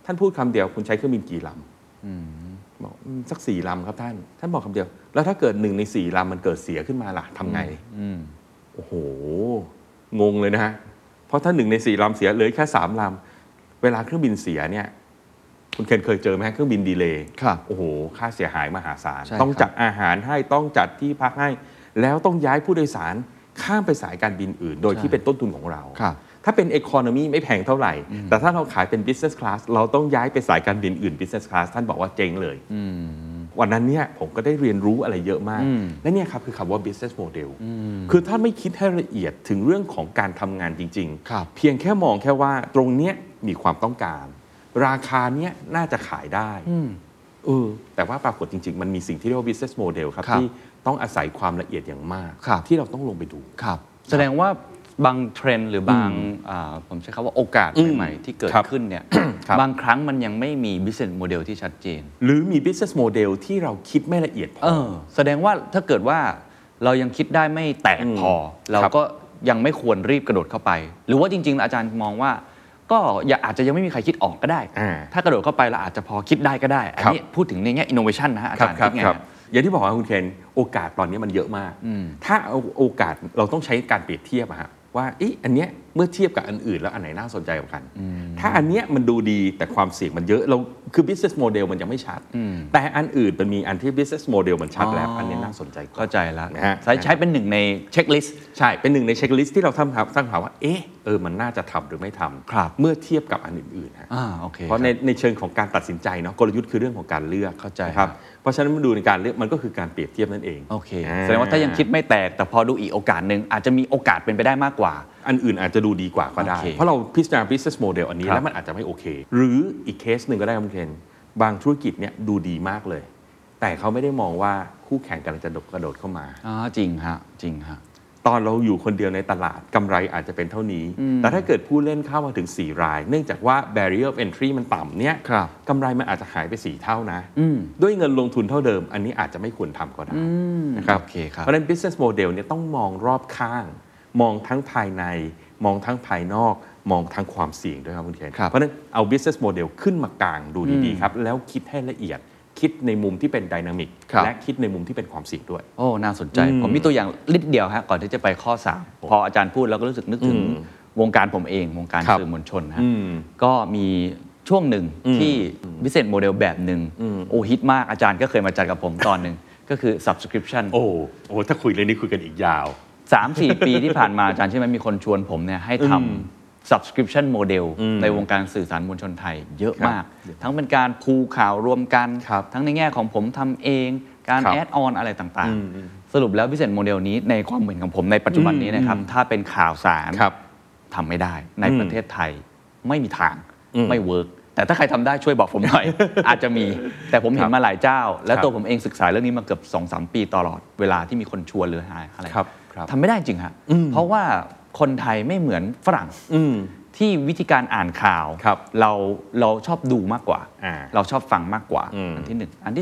S1: ท่านพูดคำเดียวคุณใช้เครื่องบินกี่ลำบอกสัก4 ลำครับท่านบอกคำเดียวแล้วถ้าเกิด1 ใน 4 ลำมันเกิดเสียขึ้นมาล่ะทำไงโอ้โหงงเลยนะฮะเพราะถ้า1 ใน 4 ลำเสียเหลือแค่3 ลำเวลาเครื่องบินเสียเนี่ยคุณเคนเคยเจอไหมเครื่องบินดีเลย์โอ้โหค่าเสียหายมหาศาลต้องจัดอาหารให้ต้องจัดที่พักให้แล้วต้องย้ายผู้โดยสารข้ามไปสายการบินอื่นโดยที่เป็นต้นทุนของเราถ้าเป็น economy ไม่แพงเท่าไหร่แต่ถ้าเราขายเป็น business class เราต้องย้ายไปสายการบินอื่น business class ท่านบอกว่าเจ๊งเลยวันนั้นเนี่ยผมก็ได้เรียนรู้อะไรเยอะมากและเนี่ยครับคือคำว่า business model คือถ้าไม่คิดให้ละเอียดถึงเรื่องของการทำงานจริงๆเพียงแค่มองแค่ว่าตรงเนี้ยมีความต้องการราคาเนี้ยน่าจะขายได้แต่ว่าปรากฏจริงๆมันมีสิ่งที่เรียกว่า business model ครับที่ต้องอาศัยความละเอียดอย่างมากที่เราต้องลงไปดู
S4: แสดงว่าบางเทรนด์หรือบางผมใช้คำว่าโอกาสใหม่ๆที่เกิดขึ้นเนี่ย บางครั้งมันยังไม่มี business model ที่ชัดเจน
S1: หรือมี business model ที่เราคิดไม่ละเอียดพอ
S4: แสดงว่าถ้าเกิดว่าเรายังคิดได้ไม่แตกพอเราก็ยังไม่ควรรีบกระโดดเข้าไปหรือว่าจริงๆอาจารย์มองว่าก็อาจจะยังไม่มีใครคิดออกก็ได้ถ้ากระโดดเข้าไปเราอาจจะพอคิดได้ก็ได้อันนี้พูดถึงในแง่ innovation นะฮะอาจารย์คิดไง
S1: อย่างที่บอกว่าคุณเคนโอกาสตอนนี้มันเยอะมากถ้าเอาโอกาสเราต้องใช้การเปรียบเทียบว่าอันเนี้ยเมื่อเทียบกับอันอื่นแล้วอันไหนน่าสนใจกว่ากันถ้าอันเนี้ยมันดูดีแต่ความเสี่ยงมันเยอะเราคือ business model มันยังไม่ชัดแต่อันอื่นมันมีอันที่ business model มันชัดแล้วอันนี้น่าสนใจ
S4: เข้าใจแล้วใช้เป็นหนึ่งในเช็คลิสต์
S1: ใช่เป็นหนึ่งในเช็คลิสต์ที่เราตั้งคำถามว่ามันน่าจะทำหรือไม่ทำเมื่อเทียบกับอันอื่นๆเพราะในเชิงของการตัดสินใจเนาะกลยุทธ์คือเรื่องของการเลือก
S4: เข้าใจ
S1: ครับเพราะฉะนั้นมาดูในการเลือกมันก็คือการเปรียบเทียบนั่นเอง
S4: โอเคแสดงว่าถ้ายังคิดไม่แตกแต่พอดูอีกโอกาสนึงอาจจะมีโอกาสเป็นไปได้มากกว่า
S1: อันอื่นอาจจะดูดีกว่าก็ได้เพราะเราพิจารณา business model อันนี้แล้วมันอาจจะไม่โอเคหรืออีกเคสหนึ่งก็ได้คุณเคนบางธุรกิจเนี่ยดูดีมากเลยแต่เขาไม่ได้มองว่าคู่แข่งกำลังจะกระโดดเข้ามา
S4: จริงฮะ
S1: ตอนเราอยู่คนเดียวในตลาดกำไรอาจจะเป็นเท่านี้แต่ถ้าเกิดผู้เล่นเข้ามาถึง4 รายเนื่องจากว่า barrier of entry มันต่ำเนี่ยกำไรมันอาจจะหายไป4 เท่านะด้วยเงินลงทุนเท่าเดิมอันนี้อาจจะไม่ควรทำก็ได้นะครับเพราะฉะนั้น business model เนี่ยต้องมองรอบข้างมองทั้งภายในมองทั้งภายนอกมองทั้งความเสี่ยงด้วยครับคุณเคนเพราะฉะนั้นเอา business model ขึ้นมากลางดูดีๆครับแล้วคิดให้ละเอียดคิดในมุมที่เป็นไดนามิกและคิดในมุมที่เป็นความเสี่ยงด้วย
S4: โอ้น่าสนใจผมมีตัวอย่างนิดเดียวฮะก่อนที่จะไปข้อ3พออาจารย์พูดแล้วก็รู้สึกนึกถึงวงการผมเองวงการสื่อมวลชนฮะก็มีช่วงหนึ่งที่ business model แบบหนึ่งฮิตมากอาจารย์ก็เคยมาจัดกับผมตอนหนึ่งก็คือ subscription
S1: โอ้ถ้าคุยเรื่องนี้คุยกันอีกยาว
S4: 3-4 ปีที่ผ่านมาอาจารย์ใช่ไหมมีคนชวนผมเนี่ยให้ทำ subscription model ในวงการสื่อสารมวลชนไทยเยอะมากทั้งเป็นการพูลข่าวรวมกันทั้งในแง่ของผมทำเองการแอดออนอะไรต่างๆสรุปแล้ว business model นี้ในความเห็นของผมในปัจจุบันนี้นะครับถ้าเป็นข่าวสารทำไม่ได้ในประเทศไทยไม่มีทางไม่เวิร์กแต่ถ้าใครทำได้ช่วยบอกผมหน่อย อาจจะมีแต่ผมเห็นมาหลายเจ้าและตัวผมเองศึกษาเรื่องนี้มาเกือบ 2-3 ปีตลอดเวลาที่มีคนชวนหรืออะไรทำไม่ได้จริงฮะเพราะว่าคนไทยไม่เหมือนฝรั่งที่วิธีการอ่านข่าวเราชอบดูมากกว่าเราชอบฟังมากกว่าอันที่1อันที่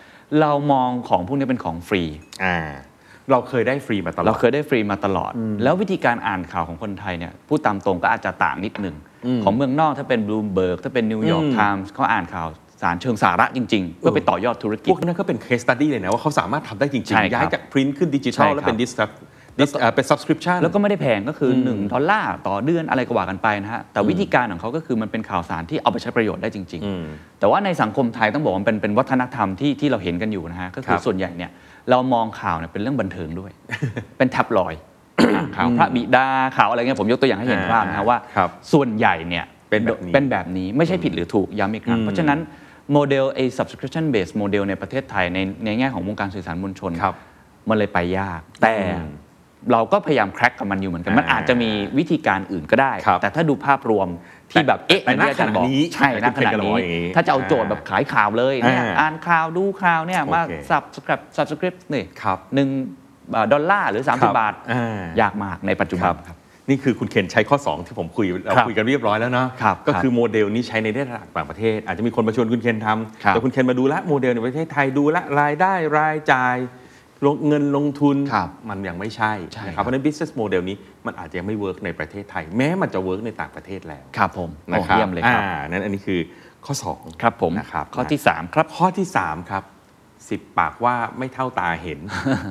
S4: 2เรามองของพวกนี้เป็นของฟรี
S1: เราเคยได้ฟรีมาตลอ
S4: ดแล้ววิธีการอ่านข่าวของคนไทยเนี่ยพูดตามตรงก็อาจจะต่างนิดนึงของเมืองนอกถ้าเป็นบลูมเบิร์กถ้าเป็นนิวยอร์กไทม์เขาอ่านข่าวสารเชิงสาระจริงๆเพื่อไปต่อยอดธุรกิจ
S1: พวกนั้นก็เป็น case study เลยนะว่าเขาสามารถทำได้จริงๆย้ายจากพรินท์ขึ้นดิจิทัลแล้วเป็นเป็น subscription
S4: แล้วก็ไม่ได้แพงก็คือ$1ต่อเดือนอะไรก็ว่ากันไปนะฮะแต่วิธีการของเขาก็คือมันเป็นข่าวสารที่เอาไปใช้ประโยชน์ได้จริงๆแต่ว่าในสังคมไทยต้องบอกว่าเป็นวัฒนธรรมที่เราเห็นกันอยู่นะฮะก็คือส่วนใหญ่เนี่ยเรามองข่าวเนี่ยเป็นเรื่องบันเทิงด้วยเป็นแท็บลอยด์ข่าวพระบิดาข่าวอะไรเงี้ยผมยกตัวอย่างให้เห็นภาพนะว่าส่วนใหญ่เนี่ยเป็นแบบนี้ไม่ใช่ผิดหรือถูกย้ำอีกครั้งเพราะฉะนั้นโมเดลsubscription based โมเดลในประเทศไทยในแง่ของวงการสื่อสารมวลชนมันเลยไปยากแต่เราก็พยายามแคร็กกับมันอยู่เหมือนกันมันอาจจะมีวิธีการอื่นก็ได้แต่ถ้าดูภาพรวมที่แบบอันนี้อาจารย์บอกใช่ณขณะนี้ถ้าจะเอาโจทย์แบบขายข่าวเลยเนี่ยอ่านข่าวดูข่าวเนี่ยมา subscribe นี่$1หรือ30 บาทยากมากในปัจจุบันครับ
S1: นี่คือคุณเคนใช้ข้อ2ที่ผมเราคุยกันเรียบร้อยแล้วเนาะก็คือโมเดลนี้ใช้ในต่างประเทศอาจจะมีคนมาชวนคุณเคนทำแต่คุณเคนมาดูละโมเดลในประเทศไทยดูละรายได้รายจ่ายเงินลงทุน
S4: ครับ
S1: มันยังไม่ใช่
S4: ใช่
S1: นะค
S4: ครั
S1: รับบ เพราะฉะนั้น business model นี้มันอาจจะยังไม่เวิร์กในประเทศไทย แม้มันจะเวิร์กในต่างประเทศแล้ว
S4: ครับผม
S1: นะครับ
S4: เยี่ยมเลยครับ
S1: นั้นอันนี้คือข้อ2
S4: ครับผม
S1: นะครับ
S4: ข้อที่ 3 ครับ
S1: ข้อที่ 3 ครับ 10 ปากว่าไม่เท่าตาเห็น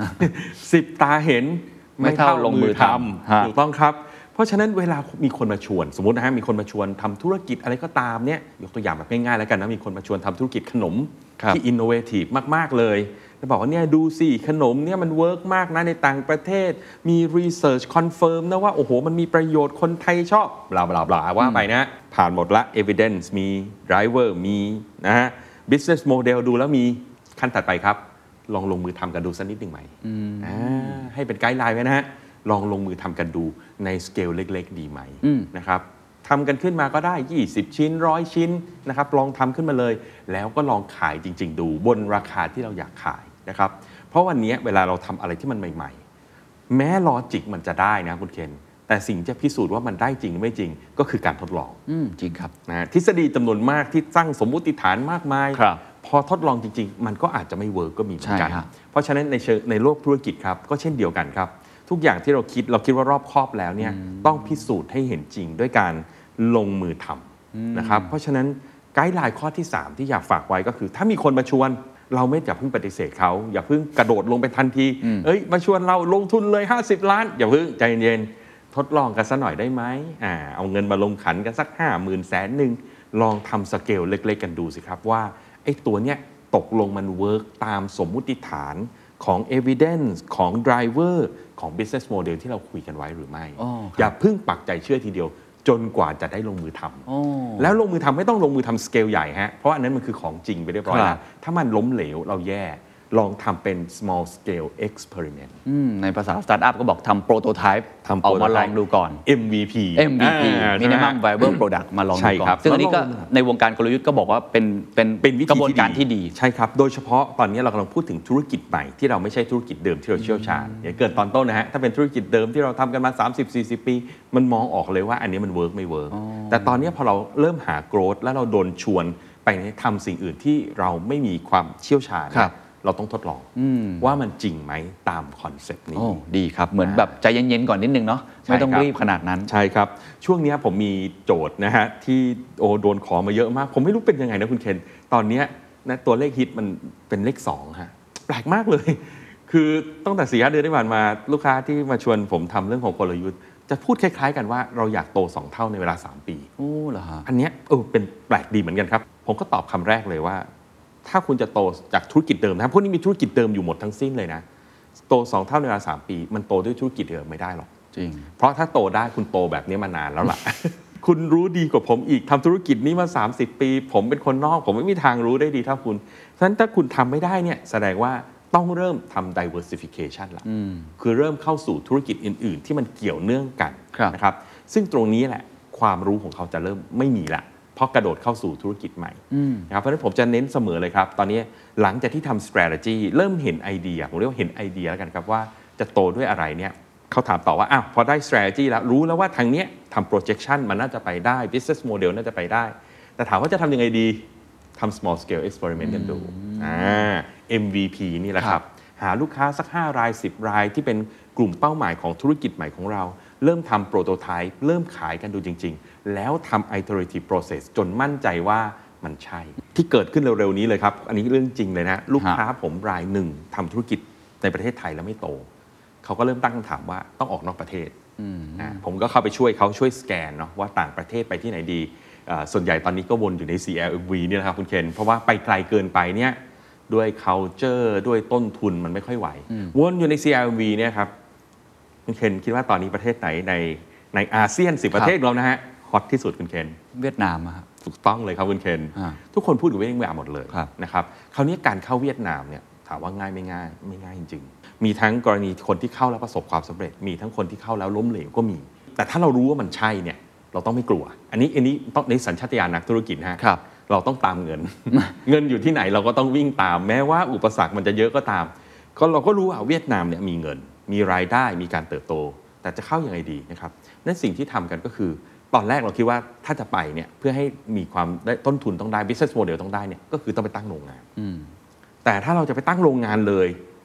S1: 10 ตาเห็น
S4: ไม่เท่าลงมือทำฮะ
S1: ถูกต้องครับ เพราะฉะนั้นเวลามีคนมาชวนสมมตินะฮะมีคนมาชวนทำธุรกิจอะไรก็ตามเนี่ยยกตัวอย่างแบบง่ายๆแล้วกันนะมีคนมาชวนทำธุรกิจขนม
S4: ครับ
S1: ที่อินโนเวทีฟมากๆเลยแล้วบอกว่าเนี่ยดูสิขนมเนี่ยมันเวิร์กมากนะในต่างประเทศมีรีเสิร์ชคอนเฟิร์มนะว่าโอ้โหมันมีประโยชน์คนไทยชอบบลาบลาบลาว่าไปนะผ่านหมดละ evidence มี driver มีนะฮะ business model ดูแล้วมีขั้นถัดไปครับ ลองลงมือทำกันดูสักนิดหนึ่งไหมให้เป็นไกด์ไลน์ไว้นะฮะลองลงมือทำกันดูในสเกลเล็กๆดีไหมนะครับทำกันขึ้นมาก็ได้ 20 ชิ้น 100 ชิ้นนะครับลองทำขึ้นมาเลย แล้วก็ลองขายจริงๆดูบนราคาที่เราอยากขายนะครับเพราะวันนี้เวลาเราทำอะไรที่มันใหม่ๆแม้ลอจิกมันจะได้นะคุณเคนแต่สิ่งจะพิสูจน์ว่ามันได้จริงไม่จริงก็คือการทดลอง
S4: จริงครับ
S1: นะทฤษฎีจำนวนมากที่สร้างสมมุติฐานมากมาย
S4: ครับ
S1: พอทดลองจริงๆ มันก็อาจจะไม่เวิร์กก็มีเหมือนกัน
S4: ใช่ครับ
S1: เพราะฉะนั้นในโลกธุรกิจครับก็เช่นเดียวกันครับ ทุกอย่างที่เราคิดว่ารอบคอบแล้วเนี่ยต้องพิสูจน์ให้เห็นจริงด้วยการลงมือทำนะครับเพราะฉะนั้นไกด์ไลน์ข้อที่ 3 ที่อยากฝากไว้ก็คือ ถ้ามีคนมาชวนเราไม่อย่าเพิ่งปฏิเสธเขาอย่าเพิ่งกระโดดลงไปทันทีมาชวนเราลงทุนเลย50 ล้านอย่าเพิ่งใจเย็นๆทดลองกันสักหน่อยได้ไหมเอาเงินมาลงขันกันสัก 50,000 100,000ลองทำสเกลเล็กๆกันดูสิครับว่าไอ้ตัวเนี้ยตกลงมันเวิร์กตามสมมุติฐานของ evidence ของ driver ของ business model ที่เราคุยกันไว้หรือไม่ อย่าเพิ่งปักใจเชื่อทีเดียวจนกว่าจะได้ลงมือทำแล้วลงมือทำไม่ต้องลงมือทำสเกลใหญ่ฮะเพราะอันนั้นมันคือของจริงไปเรียบร้อยแล้วถ้ามันล้มเหลวเราแย่ลองทำเป็น small scale experiment
S4: ในภาษาสตาร์ทอัพก็บอกทำโปรโตไทป์เอามาลองดูก่อน
S1: MVP
S4: MVP Minimum Viable Product มาลองดู
S1: ใช่
S4: ก่อ
S1: ครับ
S4: นซึ่งอันนี้ก็ในวงการกลยุทธ์ก็บอกว่าเป็น
S1: วิ
S4: กระ
S1: ธี
S4: บวนการที่ดี
S1: ใช่ครับโดยเฉพาะตอนนี้เรากำลังพูดถึงธุรกิจใหม่ที่เราไม่ใช่ธุรกิจเดิมที่เราเชี่ยวชาญอย่างเกิดตอนต้นนะฮะถ้าเป็นธุรกิจเดิมที่เราทำกันมา 30-40 ปีมันมองออกเลยว่าอันนี้มันเวิร์กไม่เวิร์กแต่ตอนนี้พอเราเริ่มหาโกรธแล้วเราโดนชวนไปทำสิ่งอื่นที่เราไม่มีความเชี่ยวชาญ เราต้องทดลองว่ามันจริงไหมตามคอนเซปต์นี้
S4: ดีครับเหมือนแบบใจเย็นๆก่อนนิดนึงเนาะไม่ต้องรีบขนาดนั้น
S1: ใช่ครับช่วงนี้ผมมีโจทย์นะฮะที่โดนขอมาเยอะมากผมไม่รู้เป็นยังไงนะคุณเคนตอนนี้นะตัวเลขฮิตมันเป็นเลข2ฮะแปลกมากเลย คือตั้งแต่4-5 เดือนที่ผ่านมาลูกค้าที่มาชวนผมทำเรื่องของกลยุทธ์จะพูดคล้ายๆกันว่าเราอยากโต2 เท่าในเวลา3 ปี
S4: โอ้เหรอฮะ
S1: อันเนี้ยเป็นแปลกดีเหมือนกันครับผมก็ตอบคำแรกเลยว่าถ้าคุณจะโตจากธุรกิจเดิมนะครับพวกนี้มีธุรกิจเดิมอยู่หมดทั้งสิ้นเลยนะโต2 เท่าในเวลา3 ปีมันโตด้วยธุรกิจเดิมไม่ได้หรอก
S4: จริง
S1: เพราะถ้าโตได้คุณโตแบบนี้มานานแล้วล่ะ คุณรู้ดีกว่าผมอีกทำธุรกิจนี้มา30 ปีผมเป็นคนนอกผมไม่มีทางรู้ได้ดีเท่าคุณฉะนั้นถ้าคุณทำไม่ได้เนี่ยแสดงว่าต้องเริ่มทำ diversification ละคือเริ่มเข้าสู่ธุรกิจอื่นๆที่มันเกี่ยวเนื่องกันนะครับซึ่งตรงนี้แหละความรู้ของเขาจะเริ่มไม่มีละเพราะกระโดดเข้าสู่ธุรกิจใหม่นะครับเพราะฉะนั้นผมจะเน้นเสมอเลยครับตอนนี้หลังจากที่ทำ strategy เริ่มเห็นไอเดียผมเรียกว่าเห็นไอเดียแล้วกันครับว่าจะโตด้วยอะไรเนี่ยเขาถามต่อว่าพอได้ strategy แล้วรู้แล้วว่าทางเนี้ยทำ projection มันน่าจะไปได้ business model น่าจะไปได้แต่ถามว่าจะทำยังไงดีทำ small scale experiment กันดู MVP นี่แหละครับหาลูกค้าสัก5 ราย 10 รายที่เป็นกลุ่มเป้าหมายของธุรกิจใหม่ของเราเริ่มทำ prototype เริ่มขายกันดูจริงๆแล้วทำ iterative process จนมั่นใจว่ามันใช่ที่เกิดขึ้นเร็วๆนี้เลยครับอันนี้เรื่องจริงเลยนะลูกค้าผมรายหนึ่งทำธุรกิจในประเทศไทยแล้วไม่โตเขาก็เริ่มตั้งคำถามว่าต้องออกนอกประเทศผมก็เข้าไปช่วยเขาช่วยสแกนเนาะว่าต่างประเทศไปที่ไหนดีส่วนใหญ่ตอนนี้ก็วนอยู่ใน CLV นี่แหละครับคุณเคนเพราะว่าไปไกลเกินไปเนี่ยด้วย culture ด้วยต้นทุนมันไม่ค่อยไหววนอยู่ใน CLV เนี่ยครับคุณเคนคิดว่าตอนนี้ประเทศไหนในอาเซียน10 ประเทศเรานะฮะฮอตที่สุดคุณเคน
S4: เวียดนามครับ
S1: ถูกต้องเลยครับคุณเคนทุกคนพูดถึงเวียดนามหมดเลยนะครับคราวนี้การเข้าเวียดนามเนี่ยถามว่าง่ายไม่ง่ายจริงๆมีทั้งกรณีคนที่เข้าแล้วประสบความสำเร็จมีทั้งคนที่เข้าแล้วล้มเหลวก็มีแต่ถ้าเรารู้ว่ามันใช่เนี่ยเราต้องไม่กลัวอันนี้ต้องในสัญชาตญาณนักธุรกิจฮะเราต้องตามเงิน เงินอยู่ที่ไหนเราก็ต้องวิ่งตามแม้ว่าอุปสรรคมันจะเยอะก็ตามก็เราก็รู้ว่าเวียดนามเนี่ยมีเงินมีรายได้มีการเติบโตแต่จะเข้ายังไงดีนะครับนั่นสิ่งที่ทำกันก็คือตอนแรกเราคิดว่าถ้าจะไปเนี่ยเพื่อให้มีความได้ต้นทุนต้องได้ business model ต้องได้เนี่ยก็คือต้องไปตั้งโรงงานแต่ถ้าเราจะไปตั้งโรงงานเลย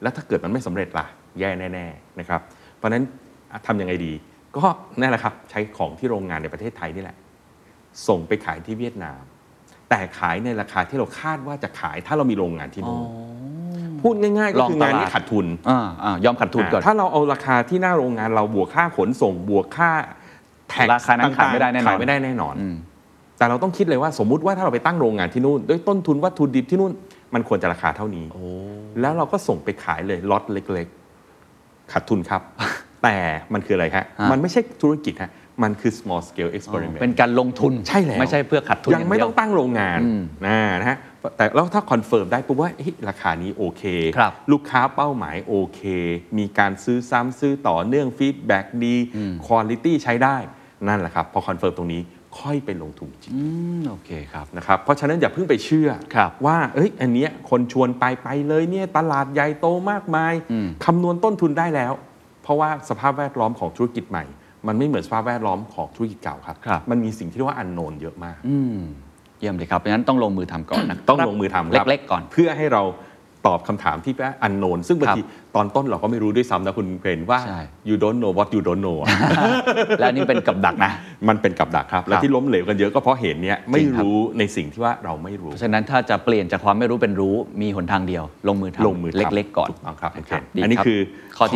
S1: แล้วถ้าเกิดมันไม่สำเร็จล่ะแย่แน่ๆนะครับเพราะฉะนั้นทำยังไงดีก็นั่นแหละครับใช้ของที่โรงงานในประเทศไทยนี่แหละส่งไปขายที่เวียดนามแต่ขายในราคาที่เราคาดว่าจะขายถ้าเรามีโรงงานที่นู่นพูดง่ายๆก็คืองานนี้ขาดทุน
S4: ยอมขาดทุนก่อน
S1: ถ้าเราเอาราคาที่หน้าโรงงานเราบวกค่าขนส่งบวกค่าแท็ก
S4: ราคานั้นขายไม่ได้แน่นอน
S1: ขายไม่ได้แน่นอนแต่เราต้องคิดเลยว่าสมมุติว่าถ้าเราไปตั้งโรงงานที่นู่นด้วยต้นทุนวัตถุดิบที่นู่นมันควรจะราคาเท่านี้แล้วเราก็ส่งไปขายเลยล็อตเล็กๆขาดทุนครับ แต่มันคืออะไรฮะมันไม่ใช่ธุรกิจฮะมันคือ small scale experiment
S4: เป็นการลงทุน
S1: ใช่แล้ว
S4: ไม่ใช่เพื่อขาดทุน
S1: ยังไม่ต้องตั้งโรงงานนะฮะแต่แล้วถ้าคอนเฟิร์มได้ปุ๊บว่าราคานี้โอเคลูกค้าเป้าหมายโอเคมีการซื้อซ้ำซื้อต่อเนื่องฟีดแบ็กดีคุณภาพใช้ได้นั่นแหละครับพอคอนเฟิร์มตรงนี้ค่อยไปลงทุนจริง
S4: โอเคครับ
S1: นะครับเพราะฉะนั้นอย่าเพิ่งไปเชื่อว่าอันเนี้ยคนชวนไปเลยเนี่ยตลาดใหญ่โตมากมายคำนวณต้นทุนได้แล้วเพราะว่าสภาพแวดล้อมของธุรกิจใหม่มันไม่เหมือนสภาพแวดล้อมของธุรกิจเก่าครับมันมีสิ่งที่เรียกว่าอันโนนเยอะมาก
S4: เยี่ยมเลยครับเพราะฉะนั้นต้องลงมือทำก่อนนะ
S1: ต้องลงมือทำ
S4: เล็กๆก่อน
S1: เพื่อให้เราตอบคำถามที่อันโนนซึ่งบางทีตอนต้นเราก็ไม่รู้ด้วยซ้ำนะคุณเพนว่า you don't know what you don't know
S4: และนี่เป็นกับดักนะ
S1: มันเป็นกับดักครับและที่ล้มเหลวกันเยอะก็เพราะเห็นเนี้ยไม่รู้ในสิ่งที่ว่าเราไม่รู้
S4: เพราะฉะนั้นถ้าจะเปลี่ยนจากความไม่รู้เป็นรู้มีหนทางเดียวลงมือทำเล็กๆก่อน
S1: ถูกต้องครับอันนี้คือข้อที่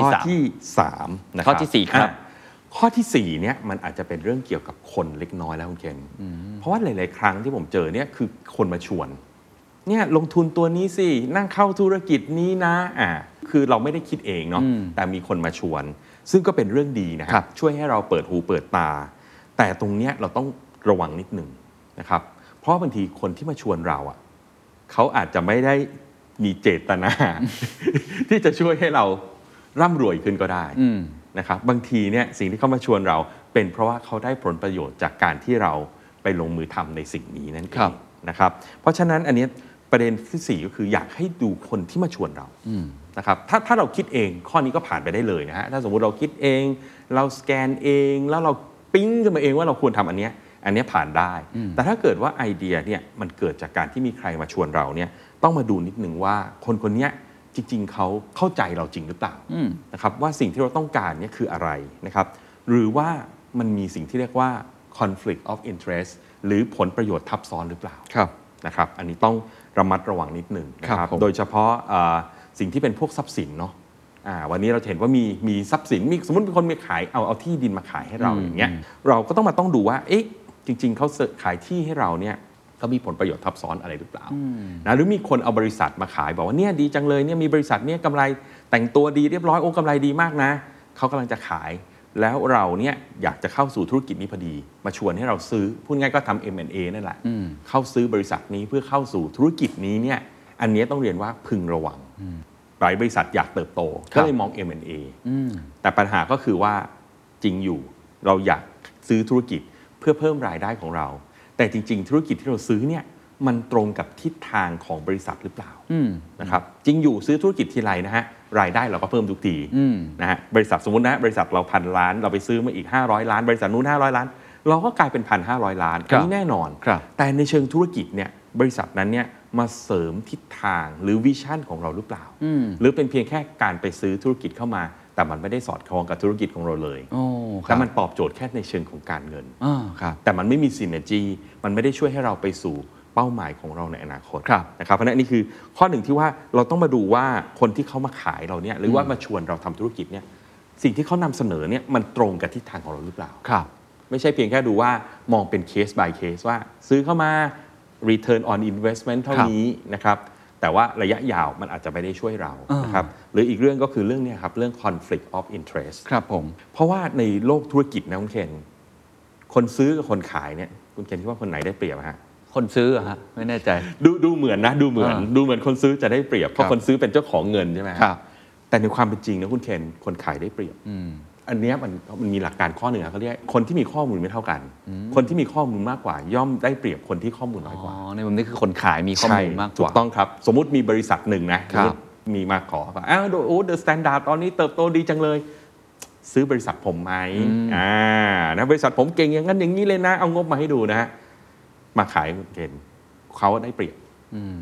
S1: 3นะครับ
S4: ข้อที่4ครับ
S1: ข้อที่4เนี่ยมันอาจจะเป็นเรื่องเกี่ยวกับคนเล็กน้อยแล้วคุณเคนเพราะว่าหลายๆครั้งที่ผมเจอเนี่ยคือคนมาชวนเนี่ยลงทุนตัวนี้สินั่งเข้าธุรกิจนี้นะคือเราไม่ได้คิดเองเนาะแต่มีคนมาชวนซึ่งก็เป็นเรื่องดีนะครับช่วยให้เราเปิดหูเปิดตาแต่ตรงเนี้ยเราต้องระวังนิดหนึ่งนะครับเพราะบางทีคนที่มาชวนเราเขาอาจจะไม่ได้มีเจตนา ที่จะช่วยให้เราร่ำรวยขึ้นก็ได้นะครับบางทีเนี่ยสิ่งที่เขามาชวนเราเป็นเพราะว่าเขาได้ผลประโยชน์จากการที่เราไปลงมือทำในสิ่งนี้นั่นเองนะครับเพราะฉะนั้นอันนี้ประเด็นที่4ก็คืออยากให้ดูคนที่มาชวนเรานะครับถ้าเราคิดเองข้อนี้ก็ผ่านไปได้เลยนะฮะถ้าสมมุติเราคิดเองเราสแกนเองแล้วเราปิ๊งขึ้นมาเองว่าเราควรทำอันนี้ผ่านได้แต่ถ้าเกิดว่าไอเดียเนี่ยมันเกิดจากการที่มีใครมาชวนเราเนี่ยต้องมาดูนิดนึงว่าคนนี้จริงๆเขาเข้าใจเราจริงหรือเปล่านะครับว่าสิ่งที่เราต้องการเนี่ยคืออะไรนะครับหรือว่ามันมีสิ่งที่เรียกว่า conflict of interest หรือผลประโยชน์ทับซ้อนหรือเปล่านะครับอันนี้ต้องระมัดระวังนิดหนึ่งนะครับโดยเฉพาะสิ่งที่เป็นพวกทรัพย์สินเนาะวันนี้เราเห็นว่ามีทรัพย์สินมีสมมติมีคนมาขายเอาที่ดินมาขายให้เราอย่างเงี้ยเราก็ต้องดูว่าจริงๆเขาขายที่ให้เราเนี่ยเขามีผลประโยชน์ทับซ้อนอะไรหรือเปล่านะหรือมีคนเอาบริษัทมาขายบอกว่าเนี่ยดีจังเลยเนี่ยมีบริษัทเนี่ยกำไรแต่งตัวดีเรียบร้อยกำไรดีมากนะเขากำลังจะขายแล้วเราเนี่ยอยากจะเข้าสู่ธุรกิจนี้พอดีมาชวนให้เราซื้อพูดง่ายก็ทำ M&A นั่นแหละเข้าซื้อบริษัทนี้เพื่อเข้าสู่ธุรกิจนี้เนี่ยอันนี้ต้องเรียนว่าพึงระวังหลายบริษัทอยากเติบโตก็เลยมอง M&A แต่ปัญหาก็คือว่าจริงอยู่เราอยากซื้อธุรกิจเพื่อเพิ่มรายได้ของเราแต่จริงๆธุรกิจที่เราซื้อเนี่ยมันตรงกับทิศทางของบริษัทหรือเปล่านะครับจริงอยู่ซื้อธุรกิจทีไรนะฮะรายได้เราก็เพิ่มทุกทีนะฮะบริษัทสมมุตินะบริษัทเรา1,000 ล้านเราไปซื้อมาอีก500 ล้านบริษัทนู้น500 ล้านเราก็กลายเป็น 1,500 ล้านอันนี้แน่นอนแต่ในเชิงธุรกิจเนี่ยบริษัทนั้นเนี่ยมาเสริมทิศทางหรือวิชั่นของเราหรือเปล่าหรือเป็นเพียงแค่การไปซื้อธุรกิจเข้ามาแต่มันไม่ได้สอดคล้องกับธุรกิจของเราเลยแต่มันตอบโจทย์แค่ในเชิงของการเงินแต่มันไม่มีซินเนอร์จีมันไม่ได้ช่วยให้เราไปสู่เป้าหมายของเราในอนาคตนะครับเพราะฉะนั้นนี่คือข้อหนึ่งที่ว่าเราต้องมาดูว่าคนที่เขามาขายเราเนี่ยหรือว่ามาชวนเราทำธุรกิจเนี่ยสิ่งที่เขานำเสนอเนี่ยมันตรงกับทิศทางของเราหรือเปล่าไม่ใช่เพียงแค่ดูว่ามองเป็นเคส by เคสว่าซื้อเข้ามา return on investment เท่านี้นะครับแต่ว่าระยะยาวมันอาจจะไม่ได้ช่วยเรานะครับหรืออีกเรื่องก็คือเรื่องนี้ครับเรื่อง conflict of interest
S4: ครับผม
S1: เพราะว่าในโลกธุรกิจนะคุณเคนคนซื้อกับคนขายเนี่ยคุณเคนคิดว่าคนไหนได้เปรียบฮะ
S4: คนซื้อฮะไม่แน่ใจ
S1: ดูเหมือนนะดูเหมือนคนซื้อจะได้เปรียบเพราะคนซื้อเป็นเจ้าของเงินใช่ไหมครับแต่ในความเป็นจริงนะคุณเคนคนขายได้เปรียบอันนี้มันมีหลักการข้อหนึ่งเขาเรียกคนที่มีข้อมูลไม่เท่ากันคนที่มีข้อมูลมากกว่าย่อมได้เปรียบคนที่ข้อมูลน้อยกว่า
S4: ในมุมนี้คือคนขายมีข้อมูลมากกว่า
S1: ถูกต้องครับสมมุติมีบริษัทหนึ่งนะมีมาขอว่าเดอะสแตนดาร์ดตอนนี้เติบโตดีจังเลยซื้อบริษัทผมไหมนะบริษัทผมเก่งอย่างนั้นอย่างนี้เลยนะเอางบมาให้ดูนะมาขายเกณฑ์เขาได้เปรียบ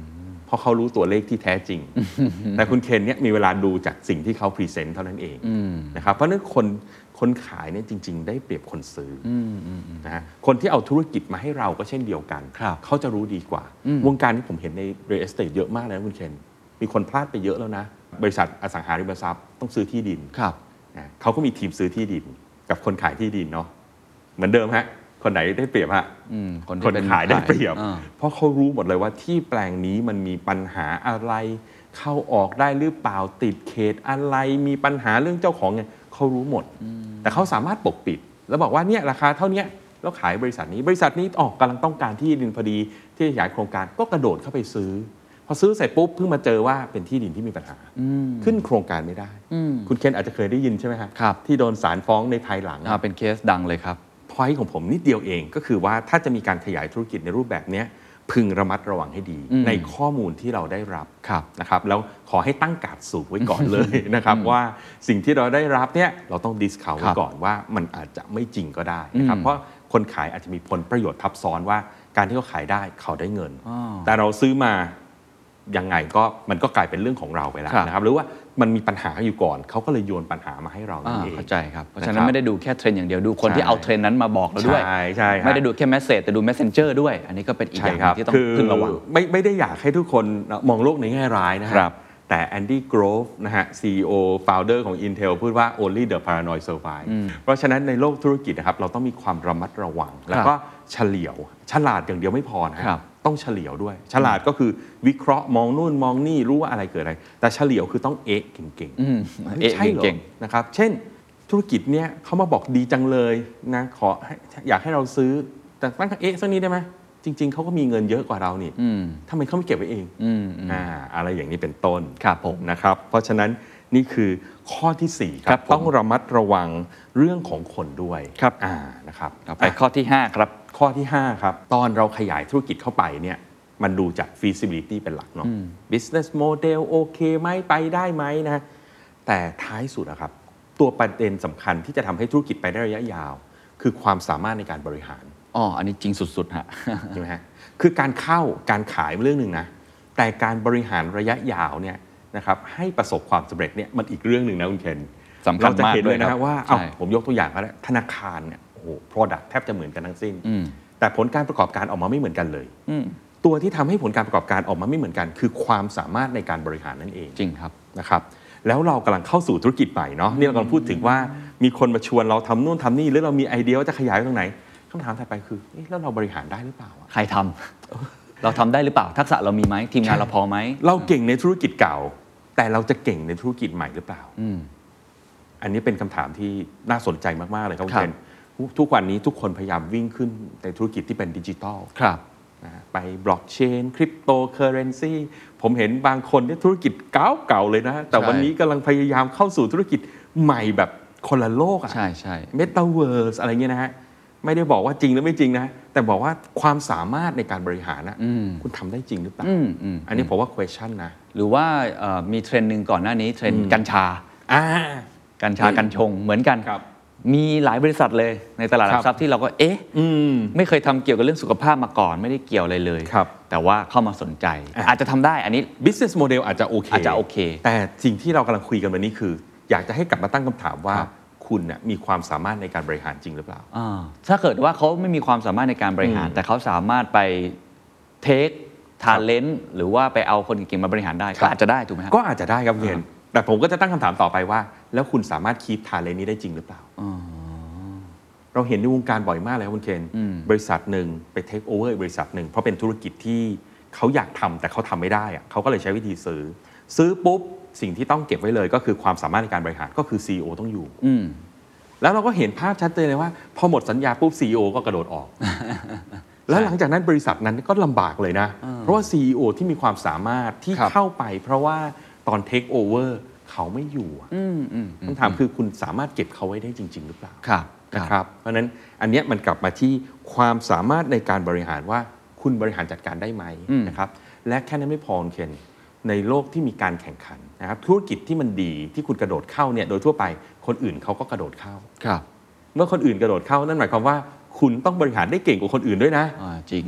S1: เพราะเขารู้ตัวเลขที่แท้จริง แต่คุณเคนเนี่ยมีเวลาดูจากสิ่งที่เขาพรีเซนต์เท่านั้นเองนะครับเพราะฉะนั้นคนขายเนี่ยจริงๆได้เปรียบคนซื้อนะฮะคนที่เอาธุรกิจมาให้เราก็เช่นเดียวกันเขาจะรู้ดีกว่าวงการที่ผมเห็นใน real estate เยอะมากเลยนะคุณเคนมีคนพลาดไปเยอะแล้วนะบริษัทอสังหาริมทรัพย์ต้องซื้อที่ดินนะเขาก็มีทีมซื้อที่ดินกับคนขายที่ดินเนาะเหมือนเดิมฮะคนไหนได้เปรียบฮะคนขายได้เปรียบเพราะเขารู้หมดเลยว่าที่แปลงนี้มันมีปัญหาอะไรเข้าออกได้หรือเปล่าติดเขตอะไรมีปัญหาเรื่องเจ้าของไงเขารู้หมดแต่เขาสามารถปกปิดแล้วบอกว่าเนี่ยราคาเท่านี้แล้วขายบริษัทนี้กำลังต้องการที่ดินพอดีที่จะขยายโครงการก็กระโดดเข้าไปซื้อพอซื้อเสร็จปุ๊บเพิ่งมาเจอว่าเป็นที่ดินที่มีปัญหาขึ้นโครงการไม่ได้คุณเคนอาจจะเคยได้ยินใช่ไหมครับที่โดนศาลฟ้องในภายหลัง
S4: เป็นเคสดังเลยครับ
S1: พอยต์ของผมนิดเดียวเองก็คือว่าถ้าจะมีการขยายธุรกิจในรูปแบบนี้พึงระมัดระวังให้ดีในข้อมูลที่เราได้รับนะครับแล้วขอให้ตั้งการ์ดสูงไว้ก่อนเลยนะครับว่าสิ่งที่เราได้รับเนี่ยเราต้องดิสเคาท์ไว้ก่อนว่ามันอาจจะไม่จริงก็ได้นะครับเพราะคนขายอาจจะมีผลประโยชน์ทับซ้อนว่าการที่เขาขายได้เขาได้เงินแต่เราซื้อมายังไงก็มันก็กลายเป็นเรื่องของเราไปแล้วนะครับหรือว่ามันมีปัญหาอยู่ก่อนเขาก็เลยโยนปัญหามาให้เรานั่นเอง
S4: เข้าใจครับเพราะฉะนั้นไม่ได้ดูแค่เทรนด์อย่างเดียวดูคนที่เอาเทรนด์นั้นมาบอกเราด้วย
S1: ใช่
S4: ไม่ได้ดูแค่เมสเสจแต่ดู Messenger ด้วยอันนี้ก็เป็นอีกอย่างที่ต้องพึงระวัง
S1: ไม่ได้อยากให้ทุกคนมองโลกในแง่ร้ายนะครับแต่แอนดี้โกรฟนะฮะ CEO founder ของ Intel พูดว่า only the paranoid survive เพราะฉะนั้นในโลกธุรกิจนะครับเราต้องมีความระมัดระวังแล้วก็เฉลียวฉลาดอย่างเดียวไม่พอนะครับต้องเฉลียวด้วยฉลาดก็คือวิเคราะห์มองนู่นมองนี่รู้ว่าอะไรเกิดอะไรแต่เฉลียวคือต้องเอ๊ะเก่งๆใช่เหรอนะครับเช่นธุรกิจเนี้ยเขามาบอกดีจังเลยนะอยากให้เราซื้อแต่ตั้งเอ๊ะสักนิดได้ไหมจริงๆเขาก็มีเงินเยอะกว่าเรานี่ทำไมเขาไม่เก็บไว้เองอะไรอย่างนี้เป็นต้น
S4: ครับผม
S1: นะครับเพราะฉะนั้นนี่คือข้อที่4ครับต้องระมัดระวังเรื่องของคนด้วยนะครับ
S4: ไปข้อที่5ครับ
S1: ข้อที่5ครับตอนเราขยายธุรกิจเข้าไปเนี่ยมันดูจาก feasibility เป็นหลักเนาะ business model โอเคไหมไปได้ไหมนะแต่ท้ายสุดนะครับตัวประเด็นสำคัญที่จะทำให้ธุรกิจไปได้ระยะยาวคือความสามารถในการบริหาร
S4: อันนี้จริงสุดๆฮะ
S1: ใช่ไหมฮะคือการขายเรื่องหนึ่งนะแต่การบริหารระยะยาวเนี่ยนะครับให้ประสบความสำเร็จเนี่ยมันอีกเรื่องหนึ่งนะคุณเคน
S4: สำคัญมาก
S1: เลยนะว่าผมยกตัวอย่างก็ได้ธนาคารเนี่ยproduct แทบจะเหมือนกันทั้งสิ้นแต่ผลการประกอบการออกมาไม่เหมือนกันเลยตัวที่ทำให้ผลการประกอบการออกมาไม่เหมือนกันคือความสามารถในการบริหารนั่นเอง
S4: จริงครับ
S1: นะครับแล้วเรากำลังเข้าสู่ธุรกิจใหม่เนาะนี่เรากำลังพูดถึงว่ามีคนมาชวนเราทำนู่นทำนี่หรือเรามีไอเดียว่าจะขยายไปตรงไหนคำถามถัดไปคือแล้วเราบริหารได้หรือเปล่า
S4: ใครทำเราทำได้หรือเปล่าทักษะเรามีไหมทีมงานเราพอไหม
S1: เราเก่งในธุรกิจเก่าแต่เราจะเก่งในธุรกิจใหม่หรือเปล่าอันนี้เป็นคำถามที่น่าสนใจมากๆเลยครับคุณเคนทุกวันนี้ทุกคนพยายามวิ่งขึ้นในธุรกิจที่เป็นดิจิทัลไปบล็อกเชนคริปโตเคอเรนซีผมเห็นบางคนที่ธุรกิจเก่าเลยนะแต่วันนี้กำลังพยายามเข้าสู่ธุรกิจใหม่แบบคนละโลก
S4: ใช่
S1: เมตาเวิร์สอะไรเงี้ยนะฮะไม่ได้บอกว่าจริงหรือไม่จริงนะแต่บอกว่าความสามารถในการบริหารนะคุณทำได้จริงหรือเปล่าอันนี้ผมว่า question นะ
S4: หรือว่ามีเทรนด์หนึ่งก่อนหน้านี้เทรนด์กัญชากัญชงเหมือนกันมีหลายบริษัทเลยในตลาดหลักทรัพย์ที่เราก็ไม่เคยทำเกี่ยวกับเรื่องสุขภาพมาก่อนไม่ได้เกี่ยวอะไรเลยแต่ว่าเข้ามาสนใจอาจจะทำได้อันนี้
S1: business model อาจจะโอเคแต่สิ่งที่เรากำลังคุยกันวันนี้คืออยากจะให้กลับมาตั้งคำถามว่าคุณเนี่ยมีความสามารถในการบริหารจริงหรือเปล่า
S4: ถ้าเกิดว่าเขาไม่มีความสามารถในการบริหารแต่เขาสามารถไปเทคtalent หรือว่าไปเอาคนเก่งๆมาบริหารได้ก็อาจจะได้ถูกไหมครับ
S1: ก็อาจจะได้ครับเรียนแต่ผมก็จะตั้งคำถามต่อไปว่าแล้วคุณสามารถคีปtalentนี้ได้จริงหรือเปล่าเราเห็นในวงการบ่อยมากเลยครับคุณเคนบริษัทหนึ่งไปเทคโอเวอร์บริษัทหนึ่งเพราะเป็นธุรกิจที่เขาอยากทำแต่เขาทำไม่ได้เขาก็เลยใช้วิธีซื้อปุ๊บสิ่งที่ต้องเก็บไว้เลยก็คือความสามารถในการบริหารก็คือ CEO ต้องอยู่แล้วเราก็เห็นภาพชัดเจนเลยว่าพอหมดสัญญาปุ๊บ CEO ก็กระโดดออกแล้วหลังจากนั้นบริษัทนั้นก็ลำบากเลยนะเพราะว่า CEO ที่มีความสามารถที่เข้าไปเพราะว่าตอนเทคโอเวอร์เขาไม่อยู่คำถามคือคุณสามารถเก็บเขาไว้ได้จริงๆหรือเปล่านะครับเพราะฉะนั้นอันนี้มันกลับมาที่ความสามารถในการบริหารว่าคุณบริหารจัดการได้ไหมนะครับและแค่นั้นไม่พอเคนในโลกที่มีการแข่งขันนะครับธุรกิจที่มันดีที่คุณกระโดดเข้าเนี่ยโดยทั่วไปคนอื่นเขาก็กระโดดเข้าเมื่อคนอื่นกระโดดเข้านั่นหมายความว่าคุณต้องบริหารได้เก่งกว่าคนอื่นด้วยนะ
S4: จริงฮะ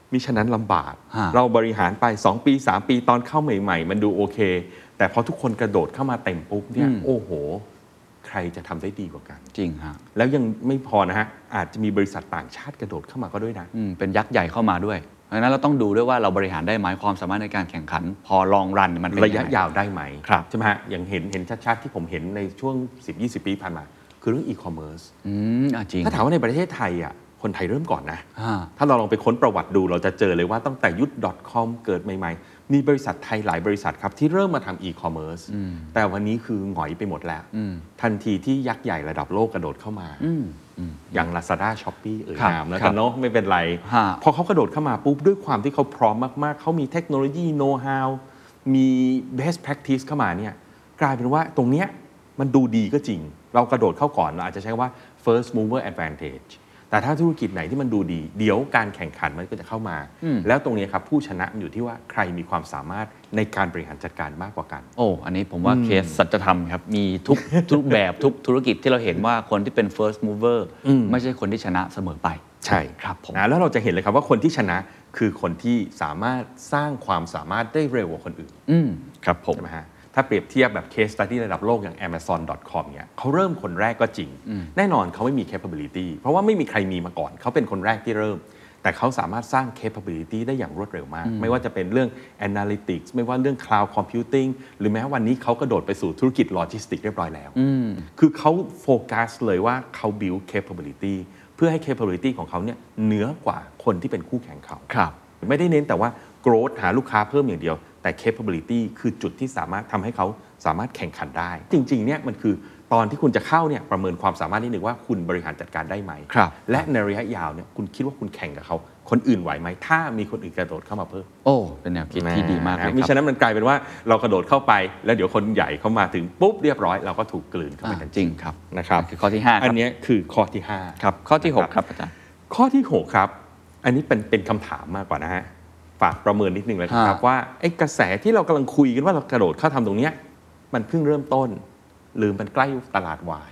S1: มิฉะนั้นลำบาก
S4: ฮะ
S1: เราบริหารไป2ปี3ปีตอนเข้าใหม่ๆมันดูโอเคแต่พอทุกคนกระโดดเข้ามาเต็มปุ๊บเนี่ยโอ้โหใครจะทำได้ดีกว่ากัน
S4: จริงฮะ
S1: แล้วยังไม่พอนะฮะอาจจะมีบริษัทต่างชาติกระโดดเข้ามาก็ด้วยนะ
S4: เป็นยักษ์ใหญ่เข้ามาด้วยเพราะฉะนั้นเราต้องดูด้วยว่าเราบริหารได้ไหมความสามารถในการแข่งขัน พอลองรันมันเป็น
S1: ระยะ
S4: งไง
S1: ยาวได้ไหม
S4: ครับ
S1: ใช่ไหมฮะอย่างเห็นชัดๆที่ผมเห็นในช่วง 10-20 ปีผ่านมา คือเรื่องอีคอมเมิร์ซ
S4: จริง
S1: ถ้าถามว่าในประเทศไทยอ่ะคนไทยเริ่มก่อนนะ
S4: อ่า
S1: ถ้าเราลองไปค้นประวัติดูเราจะเจอเลยว่าตั้งแต่ยุทธ .com เกิดใหม่ๆ มีบริษัทไทยหลายบริษัทครับที่เริ่มมาทำอีคอมเมิร์ซแต่วันนี้คือหงอยไปหมดแล้ว ทันทีที่ยักษ์ใหญ่ระดับโลกกระโดดเข้ามา อย่าง Lazada Shopee
S4: ครับ
S1: นามแล้ว
S4: ครั
S1: กับ นเนาะไม่เป็นไร
S4: ฮะ
S1: พอเขากระโดดเข้ามาปุ๊บด้วยความที่เขาพร้อมมากๆ เขามีเทคโนโลยีโน้ตฮาวมี best practice เข้ามาเนี่ยกลายเป็นว่าตรงเนี้ยมันดูดีก็จริง เรากระโดดเข้าก่อนเราอาจจะใช้ว่า first mover advantage แต่ถ้าธุรกิจไหนที่มันดูดี เดี๋ยวการแข่งขันมันก็จะเข้ามา แล้วตรงนี้ครับผู้ชนะมันอยู่ที่ว่าใครมีความสามารถในการบริหารจัดการมากกว่ากัน
S4: อันนี้ผมว่าเคสสัจธรรมครับ มีทุกแบบทุกธุรกิจที่เราเห็นว่าคนที่เป็น first mover ไม่ใช่คนที่ชนะเสมอไป
S1: ใช่
S4: ครับผม
S1: นะแล้วเราจะเห็นเลยครับว่าคนที่ชนะคือคนที่สามารถสร้างความสามารถได้เร็วกว่าคนอื่น
S4: ครับผม
S1: ใช่ไหมฮะถ้าเปรียบเทียบแบบ case study ระดับโลกอย่าง Amazon.com เนี่ยเขาเริ่มคนแรกก็จริง แน่นอนเขาไม่มี capability เพราะว่าไม่มีใครมีมาก่อนเขาเป็นคนแรกที่เริ่ม แต่เขาสามารถสร้าง capability ได้อย่างรวดเร็วมาก ไม่ว่าจะเป็นเรื่อง analytics ไม่ว่าเรื่อง cloud computing หรือแม้วันนี้เขากระโดดไปสู่ธุรกิจ logistics เรียบร้อยแล้วคือเขาโฟกัสเลยว่าเขา build capability เพื่อให้ capability ของเขาเนี่ยเหนือกว่าคนที่เป็นคู่แข่งเขา
S4: ครับ
S1: ไม่ได้เน้นแต่ว่า growth หาลูกค้าเพิ่มอย่างเดียวแต่ capability คือจุดที่สามารถทำให้เขาสามารถแข่งขันได้ จริงๆเนี่ยมันคือตอนที่คุณจะเข้าเนี่ยประเมินความสามารถนิดนึงว่าคุณบริหารจัดการได้ไหม
S4: ครับ
S1: และในระยะยาวเนี่ยคุณคิดว่าคุณแข่งกับเขาคนอื่นไหวไหมถ้ามีคนอื่นกระโดดเข้ามาเพิ่ม
S4: เป็นแนวคิดที่ดีมากเลย
S1: มิ
S4: ค
S1: ฉะ
S4: รับ
S1: นั้นมันกลายเป็นว่าเรากระโดดเข้าไปแล้วเดี๋ยวคนใหญ่เข้ามาถึงปุ๊บเรียบร้อยเราก็ถูกกลืนเข้าไปทันที
S4: จริงครับ
S1: นะครับ
S4: คือข้อที่ห้าครับ
S1: อันเนี้ยคือข้อที่ห้า
S4: ครับข้อที่
S1: นะครับ
S4: 6 ครับอาจารย์
S1: ข้อที่ 6 ครับ อันนี้เป็นคำถามมากกว่านะฮะ ฝากประเมินนิดนึงเลยครับว่าไอ้กระแสที่เรากำลังคุยกันว่าเรากระโดดเข้าทำตรงเนี้ยมันเพิ่งเริ่มต้น หรือมันใกล้ตลาดวาย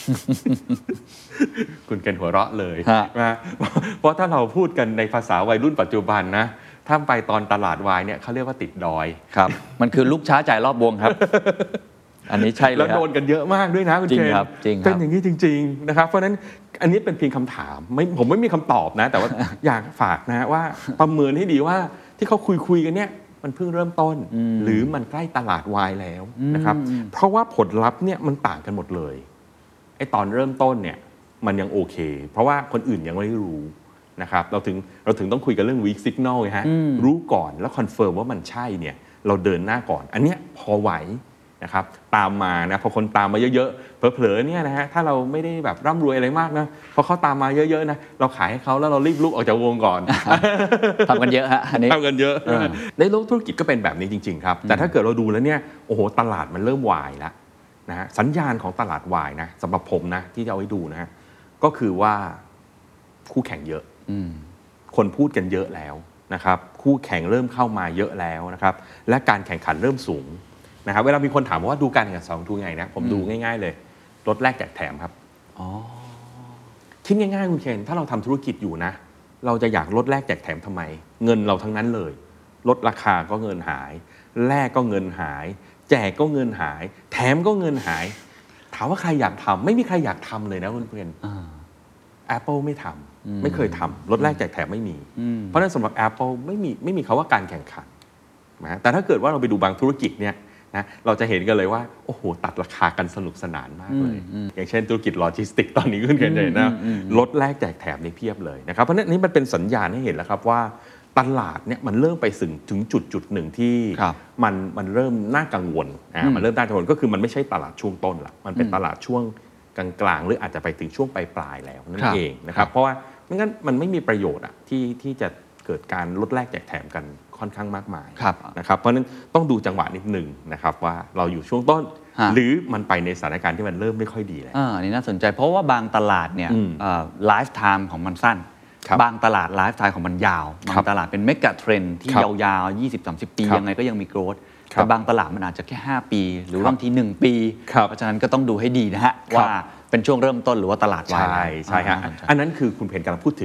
S1: คุณเกณฑ์หัวเราะเลย
S4: ฮะ
S1: นะเพราะถ้าเราพูดกันในภาษาวัยรุ่นปัจจุบันนะถ้าไปตอนตลาดวายเนี่ยเขาเรียกว่าติดดอย
S4: ครับ มันคือลูกช้าจ่ายรอบวงครับ อันนี้ใช่เลย
S1: แล้วโดนกันเยอะมากด้วยนะคุณ
S4: จริ
S1: เก
S4: ง
S1: ณ
S4: ครับ
S1: ฑ์
S4: จริงครับ
S1: เป็นอย่างนี้จริงๆนะครับเพราะฉะนั้นอันนี้เป็นเพียงคำถามผมไม่มีคำตอบนะ แต่ว่า อยากฝากนะว่าประเมินให้ดีว่าที่เขาคุยกันเนี่ยมันเพิ่งเริ่มต้น หรือมันใกล้ตลาดวายแล้วนะครับเพราะว่าผลลัพธ์เนี่ยมันต่างกันหมดเลยไอ้ตอนเริ่มต้นเนี่ยมันยังโอเค เพราะว่าคนอื่นยังไม่ได้รู้นะครับเราถึงต้องคุยกันเรื่อง weak signal ไงฮะรู้ก่อนแล้วคอนเฟิร์มว่ามันใช่เนี่ยเราเดินหน้าก่อน อันเนี้ยพอไหวนะครับตามมานะพอคนตามมาเยอะๆเผลอๆเนี่ยนะฮะถ้าเราไม่ได้แบบร่ำรวยอะไรมากนะพอเขาตามมาเยอะๆนะเราขายให้เขาแล้วเรารีบลุกออกจากวงก่อน
S4: ทำกันเยอะฮะอันนี้
S1: ทำกันเยอะในโลกธุรกิจก็เป็นแบบนี้จริง ๆ ครับ แต่ถ้าเกิดเราดูแล้วเนี่ยโอ้โหตลาดมันเริ่มวายแล้วนะฮะสัญญาณของตลาดวายนะสำหรับผมนะที่จะเอาไว้ดูนะฮะก็คือว่าคู่แข่งเยอะคนพูดกันเยอะแล้วนะครับคู่แข่งเริ่มเข้ามาเยอะแล้วนะครับและการแข่งขันเริ่มสูงนะครับเวลามีคนถามว่าดูการแข่งขัน2 ทุนไงนะผมดูง่ายๆเลยลดแลกแจกแถมครับคิดง่ายๆคุณเคนถ้าเราทำธุรกิจอยู่นะเราจะอยากลดแลกแจกแถมทำไมเงินเราทั้งนั้นเลยลดราคาก็เงินหายแลกก็เงินหายแจกก็เงินหายแถมก็เงินหายถามว่าใครอยากทำไม่มีใครอยากทำเลยนะคุณเคนApple ไม่ทำไม่เคยทำลดแลกแจกแถมไม่มีเพราะฉะนั้นสำหรับ Apple ไม่มีคำว่าการแข่งขันนะแต่ถ้าเกิดว่าเราไปดูบางธุรกิจเนี่ยนะเราจะเห็นกันเลยว่าโอ้โหตัดราคากันสนุกสนานมากเลยอย่างเช่นธุรกิจโลจิสติกตอนนี้ขึ้นกันเลยนะลดแลกแจกแถมในเพียบเลยนะครับเพราะฉะนั้นนี่มันเป็นสัญญาณให้เห็นแล้วครับว่าตลาดเนี่ยมันเริ่มไปถึงจุดหนึ่งที่มันเริ่มน่ากังวลมันเริ่มน่ากังวลก็คือมันไม่ใช่ตลาดช่วงต้นละมันเป็นตลาดช่วงกลางๆหรืออาจจะไปถึงช่วงปลายๆแล้วนั่นเองนะครับเพราะว่าไม่งั้นมันไม่มีประโยชน์อะที่จะเกิดการลดแลกแจกแถมกันค่อนข้างมากมายนะครับเพราะฉะนั้นต้องดูจังหวะนิดหนึ่งนะครับว่าเราอยู่ช่วงต้นหรือมันไปในสถานการณ์ที่มันเริ่มไม่ค่อยดีแล้ว
S4: อันนี้น่าสนใจเพราะว่าบางตลาดเนี่ยไลฟ์ไทม์ของมันสั้นบางตลาดไลฟ์ไทม์ของมันยาวบางตลาดเป็นเมกะเทรนด์ที่ยาวๆ 20-30 ปียังไงก็ยังมีโกรธแต่บางตลาดมันอาจจะแค่5 ปีหรือบางที1 ปีเพราะฉะนั้นก็ต้องดูให้ดีนะฮะว่าเป็นช่วงเริ่มต้นหรือว่าตลาดวาย
S1: ใช่ฮะอันนั้นคือคุณเพนกำลังพูดถึง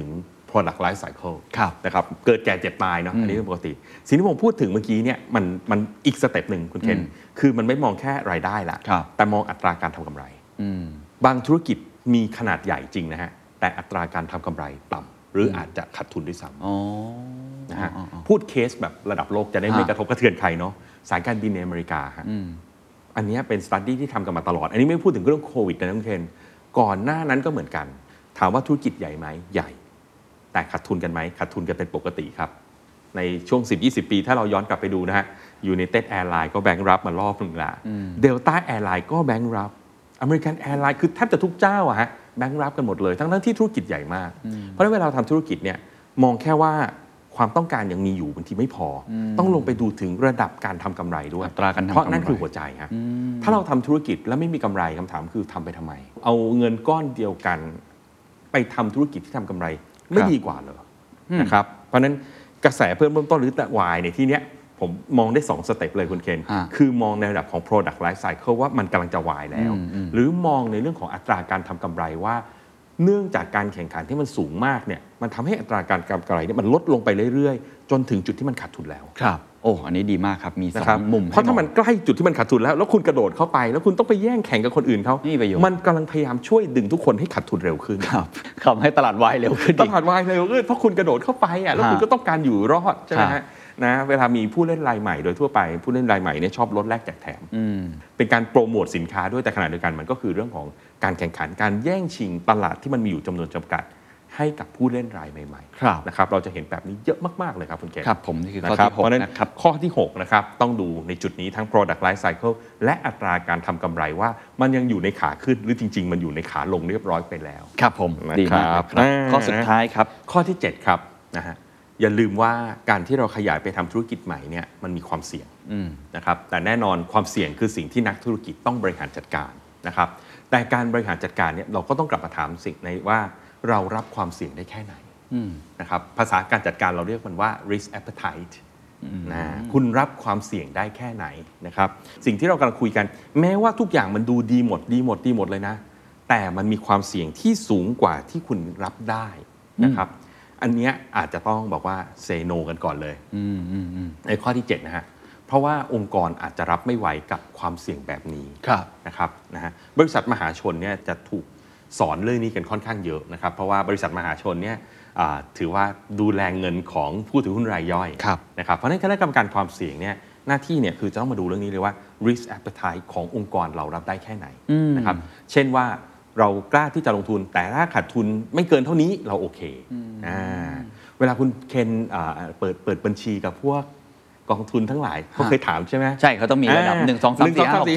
S1: product life cycle
S4: ครับ
S1: นะครับเกิดแก่เจ็บตายเนาะอันนี้เป็นปกติสิ่งที่ผมพูดถึงเมื่อกี้เนี่ยมันอีกสเต็ปหนึ่งคุณเคนคือมันไม่มองแค่รายได้ละ
S4: ครับ
S1: แต่มองอัตราการทำกำไรบางธุรกิจมีขนาดใหญ่จริงนะฮะแต่อัตราการทำกำไรต่ำหรืออาจจะขาดทุนด้วยซ้ำนะฮะพูดเคสแบบระดับโลกจะได้ไม่กระทบกระเทือนใครเนาะสายการบินในอเมริกาฮะอันนี้เป็นสตั๊ดดี้ที่ทำกันมาตลอดอันนี้ไม่พูดถึงเรื่องโควิดนะคุณเคนก่อนหน้านั้นก็เหมือนกันถามว่าธุรกิจใหญ่ไหมใหญ่แต่ขาดทุนกันไหมขาดทุนกันเป็นปกติครับในช่วง 10-20 ปีถ้าเราย้อนกลับไปดูนะฮะUnited Airlines ก็แบงก์รับมารอบหนึ่งละ Delta Airlines ก็แบงก์รับ American Airlines คือแทบจะทุกเจ้าอะฮะแบงก์รับกันหมดเลยทั้งที่ธุรกิจใหญ่มากเพราะฉะนั้นเวลาทำธุรกิจเนี่ยมองแค่ว่าความต้องการยังมีอยู่บางทีไม่พอต้องลงไปดูถึงระดับการทำกำไรด้วย
S4: อัตราการทำกำไร
S1: เพราะนั่นคือหัวใจฮะถ้าเราทำธุรกิจแล้วไม่มีกำไรคำถามคือทำไปทำไมเอาเงินก้อนเดียวกันไปทำธุรกิจที่ทำกำไรไม่ดีกว่าเหรอนะครับเพราะฉะนั้นกระแสเพิ่มต้นหรือแต่วายในที่เนี้ยผมมองได้2สเต็ปเลยคุณเคนคือมองในระดับของ product life cycle ว่ามันกำลังจะวายแล้วหรือมองในเรื่องของอัตราการทำกำไรว่าเนื่องจากการแข่งขันที่มันสูงมากเนี่ยมันทำให้อัตราการกำไรเนี่ยมันลดลงไปเรื่อยๆจนถึงจุดที่มันขาดทุนแล้ว
S4: ครับโอ้อันนี้ดีมากครับมีสองมุม
S1: เพราะถ้ามันใกล้จุดที่มันขาดทุนแล้วคุณกระโดดเข้าไปแล้วคุณต้องไปแย่งแข่งกับคนอื่นเขามันกำลังพยายามช่วยดึงทุกคนให้ขาดทุนเร็วขึ้น
S4: ครับทำให้ตลาดวายเร็วขึ้น
S1: ตลาดวายเร็วขึ้นเพราะคุณกระโดดเข้าไปแล้วคุณก็ต้องการอยู่รอดใช่ไหมฮะนะเวลามีผู้เล่นรายใหม่โดยทั่วไปผู้เล่นรายใหม่เนี่ยชอบลดแลกแจกแถมเป็นการโปรโมทสินค้าด้วยแต่ขณะเดียวกันมันก็คือเรื่องของการแข่งขันการแย่งชิงตลาดที่มันมีอยู่จำนวนจำกัดให้กับผู้เล่นรายใหม่ๆนะครับเราจะเห็นแบบนี้เยอะมากๆเลยครับคุณเกศ
S4: ครับผมนี่คือข้อที่6นะครับ
S1: ข้อที่6นะครับต้องดูในจุดนี้ทั้ง product life cycle และอัตราการทำกำไรว่ามันยังอยู่ในขาขึ้นหรือจริงๆมันอยู่ในขาลงเรียบร้อยไปแล้ว
S4: ครับผมดีมากครับข้อสุดท้ายครับ
S1: ข้อที่7ครับนะฮะอย่าลืมว่าการที่เราขยายไปทำธุรกิจใหม่เนี่ยมันมีความเสี่ยงนะครับแต่แน่นอนความเสี่ยงคือสิ่งที่นักธุรกิจต้องบริหารจัดการนะครับแต่การบริหารจัดการเนี่ยเราก็ต้องกลับมาถามสิ่งในว่าเรารับความเสี่ยงได้แค่ไหนนะครับภาษาการจัดการเราเรียกมันว่า risk appetite นะคุณรับความเสี่ยงได้แค่ไหนนะครับสิ่งที่เรากำลังคุยกันแม้ว่าทุกอย่างมันดูดีหมดเลยนะแต่มันมีความเสี่ยงที่สูงกว่าที่คุณรับได้นะครับอันนี้อาจจะต้องบอกว่า say no กันก่อนเลยในข้อที่7นะฮะเพราะว่าองค์กรอาจจะรับไม่ไหวกับความเสี่ยงแบบนี้นะครับนะฮะบริษัทมหาชนเนี่ยจะถูกสอนเรื่องนี้กันค่อนข้างเยอะนะครับเพราะว่าบริษัทมหาชนเนี่ยถือว่าดูแลเงินของผู้ถือหุ้นรายย่อยนะครับเพราะฉะนั้นคณะกรรมการความเสี่ยงเนี่ยหน้าที่เนี่ยคือจะต้องมาดูเรื่องนี้เลยว่า risk appetite ขององค์กรเรารับได้แค่ไหนนะครับเช่นว่าเรากล้าที่จะลงทุนแต่ถ้าขาดทุนไม่เกินเท่านี้เราโอเคเวลาคุณเคนเปิดบัญชีกับพวกกองทุนทั้งหลายเขาเคยถามใช่ไหม
S4: ใช่เขาต้องมีระดับ1 2 3 4 5 6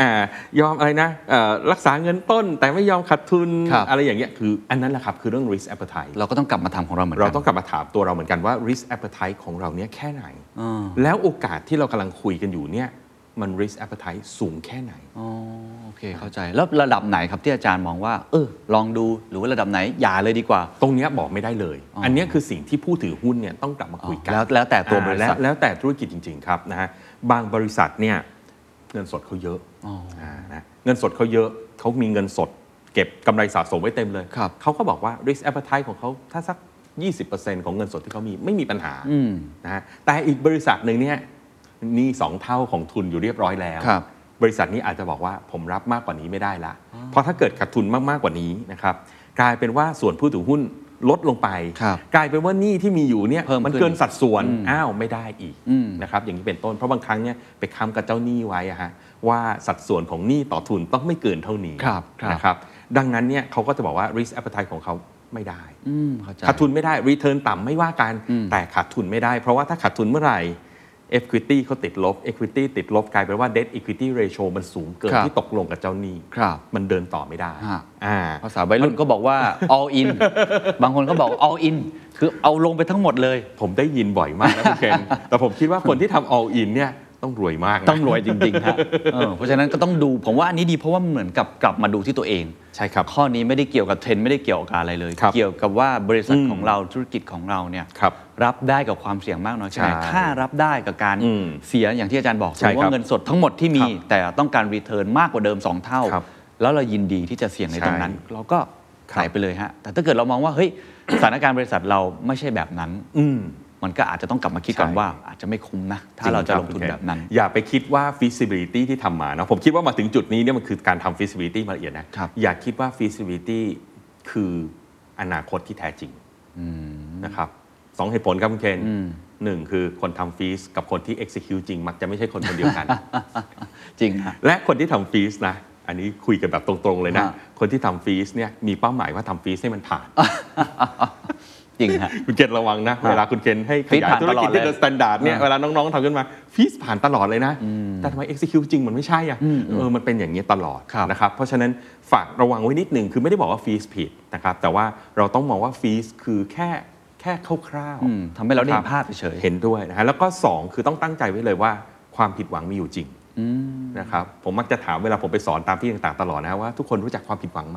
S1: 7ยอมอะไรนะรักษาเงินต้นแต่ไม่ยอมขาดทุนอะไรอย่างเงี้ยคืออันนั้นแหละครับคือเรื่อง risk appetite
S4: เราก็ต้องกลับมาทำของเราเหมือนกัน
S1: เราต้องกลับมาถามตัวเราเหมือนกันว่า risk appetite ของเราเนี้ยแค่ไหนแล้วโอกาสที่เรากำลังคุยกันอยู่เนี่ยมัน risk appetite สูงแค่ไหน
S4: โอเคเข้าใจแล้วระดับไหนครับที่อาจารย์มองว่าลองดูหรือว่าระดับไหนอย่าเลยดีกว่า
S1: ตรงนี้บอกไม่ได้เลยอันนี้คือสิ่งที่ผู้ถือหุ้นเนี่ยต้องกลับมาคุยกัน
S4: แล้วแต่ตัวบริษัท
S1: แล้วแต่ธุรกิจจริงๆครับนะฮะบางบริษัทเนี่ยเงินสดเขาเยอะนะเงินสดเขาเยอะเขามีเงินสดเก็บกำไรสะสมไว้เต็มเลยเขาก็บอกว่า risk appetite ของเขาถ้าสัก 20% ของเงินสดที่เขามีไม่มีปัญหานะฮะแต่อีกบริษัทหนึ่งเนี่ยนี่2 เท่าของทุนอยู่เรียบร้อยแล้วบริษัทนี้อาจจะบอกว่าผมรับมากกว่านี้ไม่ได้ละเพราะถ้าเกิดขาดทุนมากกว่านี้นะครับกลายเป็นว่าส่วนผู้ถือหุ้นลดลงไปกลายเป็นว่าหนี้ที่มีอยู่เนี่ยมันเกินสัดส่วนไม่ได้อีกนะครับอย่างนี้เป็นต้นเพราะบางครั้งเนี่ยไปค้ำกับเจ้าหนี้ไว้ว่าสัดส่วนของหนี้ต่อทุนต้องไม่เกินเท่านี้นะครับดังนั้นเนี่ยเขาก็จะบอกว่า risk appetite ของเขาไม่ได้ขาดทุนไม่ได้ return ต่ำไม่ว่ากันแต่ขาดทุนไม่ได้เพราะว่าถ้าขาดทุนเมื่อไหร่equity เขาติดลบ equity ติดลบกลายเป็นว่า debt equity ratio มันสูงเกินที่ตกลงกับเจ้าหนี้มันเดินต่อไม่ได้
S4: ภาษาวัยรุ่นก็บอกว่า all in บางคนก็บอก all in คือเอาลงไปทั้งหมดเลย
S1: ผมได้ยินบ่อยมากนะคุณเคนแต่ผมคิดว่าคนที่ทำ all in เนี่ยต้องรวยมาก
S4: ต้องรวยจริงๆฮะเพราะฉะนั้นก็ต้องดูผมว่าอันนี้ดีเพราะว่าเหมือนกับกลับมาดูที่ตัวเอง
S1: ใช่ครับ
S4: ข้อนี้ไม่ได้เกี่ยวกับเทรนด์ไม่ได้เกี่ยวกับอะไรเลยเกี่ยวกับว่าบริษัทของเราธุรกิจของเราเนี่ยรับได้กับความเสี่ยงมากน้อยแค่ไหนถ้ารับได้กับการเสียอย่างที่อาจารย์บอกว่าเงินสดทั้งหมดที่มีแต่ต้องการรีเทิร์นมากกว่าเดิม2 เท่าแล้วเรายินดีที่จะเสี่ยงในตรงนั้นเราก็ใส่ไปเลยฮะแต่ถ้าเกิดเรามองว่าเฮ้ยสถานการณ์บริษัทเราไม่ใช่แบบนั้นมันก็อาจจะต้องกลับมาคิดก่อนว่าอาจจะไม่คุ้มนะถ้าเราจะลงทุนแบบนั้น
S1: อย่าไปคิดว่า feasibility ที่ทำมานะผมคิดว่ามาถึงจุดนี้เนี่ยมันคือการทำ feasibility มาละเอียดนะอย่าคิดว่า feasibility คืออนาคตที่แท้จริงนะครับ2เหตุผลครับคุณเคน1คือคนทำฟีสกับคนที่ execute จริงมักจะไม่ใช่คนคนเดียวกัน
S4: จริงฮะ
S1: และคนที่ทำฟีสนะอันนี้คุยกันแบบตรงๆเลยนะคนที่ทำฟีสเนี่ยมีเป้าหมายว่าทำฟีสให้มันผ่าน
S4: จริงฮะ
S1: คุณเคนระวังนะเวลาคุณเคนให้ขยายธุรกิจที่เป็น standard เนี่ยเวลาน้องๆทำขึ้นมาฟีสผ่านตลอดเลยนะแต่ทำไม execute จริงมันไม่ใช่อ่ะมันเป็นอย่างนี้ตลอดนะครับเพราะฉะนั้นฝากระวังไว้นิดนึงคือไม่ได้บอกว่าฟีสผิดนะครับแต่ว่าเราต้องมองว่าฟีสคือแค่คร่าว
S4: ๆทำให้เราได้เห็นภาพเฉย
S1: เห็นด้วยนะฮะแล้วก็2คือต้องตั้งใจไว้เลยว่าความผิดหวังมีอยู่จริงนะครับผมมักจะถามเวลาผมไปสอนตามที่ต่างๆตลอดนะว่าทุกคนรู้จักความผิดหวังไหม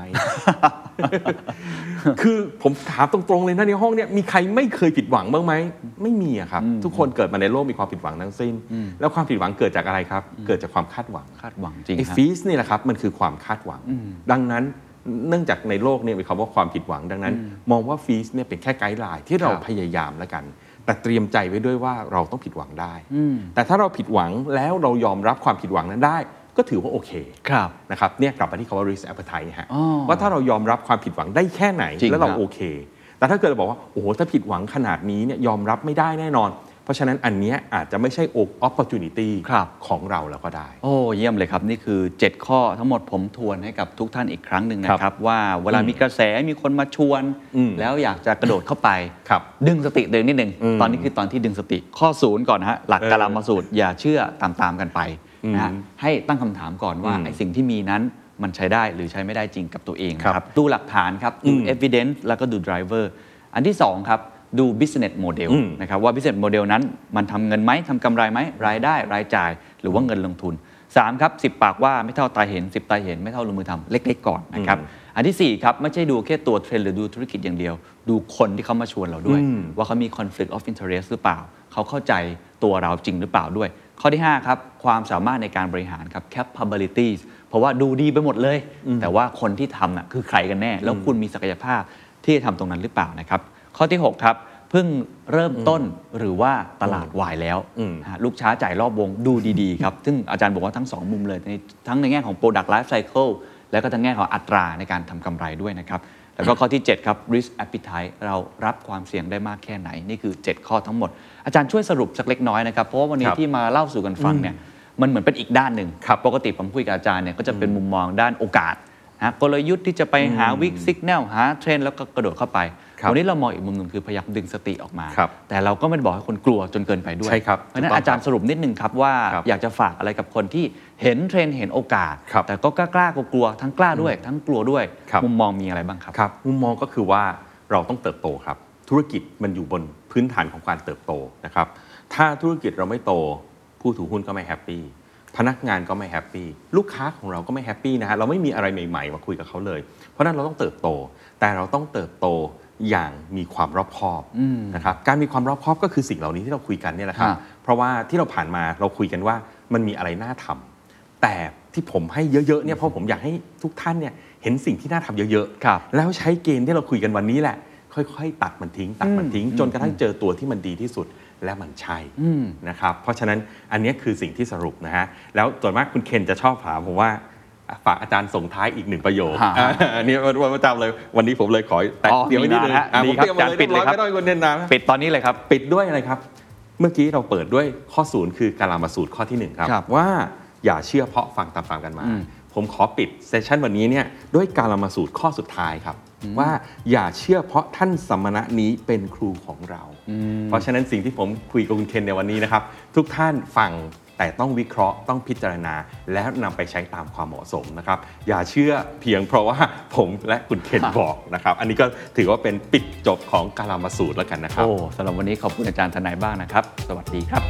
S1: คือผมถามตรงๆเลยนะในห้องเนี่ยมีใครไม่เคยผิดหวังบ้างไหมไม่มีอะครับทุกคนเกิดมาในโลกมีความผิดหวังทั้งสิ้นแล้วความผิดหวังเกิดจากอะไรครับเกิดจากความคาดหวัง
S4: จริง
S1: ไอ้ฟีสนี่แหละครับมันคือความคาดหวังดังนั้นเนื่องจากในโลกเนี่ยมีคำว่าความผิดหวังดังนั้นมองว่าฟีสเนี่ยเป็นแค่ไกด์ไลน์ที่เราพยายามแล้วกันแต่เตรียมใจไว้ด้วยว่าเราต้องผิดหวังได้แต่ถ้าเราผิดหวังแล้วเรายอมรับความผิดหวังนั้นได้ก็ถือว่าโอเคนะครับเนี่ยกลับมาที่คำว่า risk appetite ฮะว่าถ้าเรายอมรับความผิดหวังได้แค่ไหนแล้วเราโอเคแต่ถ้าเกิดเราบอกว่าโอ้โหถ้าผิดหวังขนาดนี้เนี่ยยอมรับไม่ได้แน่นอนเพราะฉะนั้นอันนี้อาจจะไม่ใช่ opportunity ของเราแล้วก็ได้
S4: โอ้เยี่ยมเลยครับนี่คือ7ข้อทั้งหมดผมทวนให้กับทุกท่านอีกครั้งหนึ่งนะครับว่าเวลามีกระแสมีคนมาชวนแล้วอยากจะกระโดดเข้าไปดึงสติตัวเองนิดนึงตอนนี้คือตอนที่ดึงสติข้อ0ก่อนนะฮะหลักกาลามสูตรอย่าเชื่อตามๆกันไปนะฮะให้ตั้งคำถามก่อนว่าไอ้สิ่งที่มีนั้นมันใช้ได้หรือใช้ไม่ได้จริงกับตัวเองนะครับดูหลักฐานครับดู evidence แล้วก็ดู driver อันที่2ครับดู business model นะครับว่า business model นั้นมันทำเงินไหมทำกำไรไหมรายได้รายจ่ายหรือว่าเงินลงทุน3ครับ10ปากว่าไม่เท่าตาเห็น10ตาเห็นไม่เท่าลงมือทำเล็กๆก่อนนะครับอันที่4ครับไม่ใช่ดูแค่ตัวเทรนด์หรือดูธุรกิจอย่างเดียวดูคนที่เขามาชวนเราด้วยว่าเขามี conflict of interest หรือเปล่าเขาเข้าใจตัวเราจริงหรือเปล่าด้วยข้อที่5ครับความสามารถในการบริหารครับ capabilities เพราะว่าดูดีไปหมดเลยแต่ว่าคนที่ทำน่ะคือใครกันแน่แล้วคุณมีศักยภาพที่จะทำตรงนั้นหรือเปล่านะครับข้อที่6ครับเพิ่งเริ่มต้นหรือว่าตลาดวายแล้วลูกช้าจ่ายรอบวงดูดีๆครับซึ่งอาจารย์บอกว่าทั้ง2มุมเลยทั้งในแง่ของ product life cycle แล้วก็ทั้งแง่ของอัตราในการทำกำไรด้วยนะครับแล้วก็ข้อที่7ครับ risk appetite เรารับความเสี่ยงได้มากแค่ไหนนี่คือ7ข้อทั้งหมดอาจารย์ช่วยสรุปสักเล็กน้อยนะครับเพราะว่าวันนี้ที่มาเล่าสู่กันฟังเนี่ยมันเหมือนเป็นอีกด้านหนึ่งปกติผมคุยกับอาจารย์เนี่ยก็จะเป็นมุมมองด้านโอกาสกลยุทธ์ที่จะไปหาวิกซิกแนลหาเทรนด์แล้วก็กระโดดเข้าไปวันนี้เรามองอีกมุมหนึ่งคือพยายามดึงสติออกมาแต่เราก็ไม่ได้บอกให้คนกลัวจนเกินไปด้วยเพราะฉะนั้นอาจารย์สรุปนิดนึงครับว่าอยากจะฝากอะไรกับคนที่เห็นเทรนด์เห็นโอกาสแต่ก็กล้ากลัวทั้งกล้าด้วยทั้งกลัวด้วยมุมมองมีอะไรบ้างครับ
S1: มุมมองก็คือว่าเราต้องเติบโตครับธุรกิจมันอยู่บนพื้นฐานของการเติบโตนะครับถ้าธุรกิจเราไม่โตผู้ถือหุ้นก็ไม่แฮปปี้พนักงานก็ไม่แฮปปี้ลูกค้าของเราก็ไม่แฮปปี้นะฮะเราไม่มีอะไรใหม่ๆมาคุยกับเขาเลยเพราะนั้นเราต้องเติบโตแต่เราต้องเติบโตอย่างมีความรอบคอบนะครับการมีความรอบคอบก็คือสิ่งเหล่านี้ที่เราคุยกันเนี่ยแหละครับเพราะว่าที่เราผ่านมาเราคุยกันว่ามันมีอะไรน่าทำแต่ที่ผมให้เยอะๆเนี่ยเพราะผมอยากให้ทุกท่านเนี่ยเห็นสิ่งที่น่าทำเยอะๆแล้วใช้เกณฑ์ที่เราคุยกันวันนี้แหละค่อยๆตัดมันทิ้งจนกระทั่งเจอตัวที่มันดีที่สุดและมันใช่นะครับเพราะฉะนั้นอันนี้คือสิ่งที่สรุปนะฮะแล้วส่วนมากคุณเคนจะชอบถามผมว่าฝากอาจารย์ส่งท้ายอีก1ประโยคอันนี้วันประจำเลยวันนี้ผมเลยขอแตะเตรียมไว้นิดนึง
S4: ผมเตรียมมาเลยปิดเลยครับไม่ต้อง
S1: คนเน้นนะ
S4: ปิดตอนนี้เลยครับ
S1: ปิดด้วยอะไรครับเมื่อกี้เราเปิดด้วยข้อ0คือกาลามสูตรข้อที่1ครับว่าอย่าเชื่อเพราะฟังตามๆกันมาผมขอปิดเซสชั่นวันนี้เนี่ยด้วยกาลามสูตรข้อสุดท้ายครับว่าอย่าเชื่อเพราะท่านสมณะนี้เป็นครูของเราเพราะฉะนั้นสิ่งที่ผมคุยกับคุณเคนในวันนี้นะครับทุกท่านฟังแต่ต้องวิเคราะห์ต้องพิจารณาแล้วนำไปใช้ตามความเหมาะสมนะครับอย่าเชื่อเพียงเพราะว่าผมและคุณเคนบอกนะครับอันนี้ก็ถือว่าเป็นปิดจบของกาลามสูตรแล้วกันนะครับ
S4: สำหรับวันนี้ขอบคุณอาจารย์ทนายบ้างนะครับสวัสดีครับ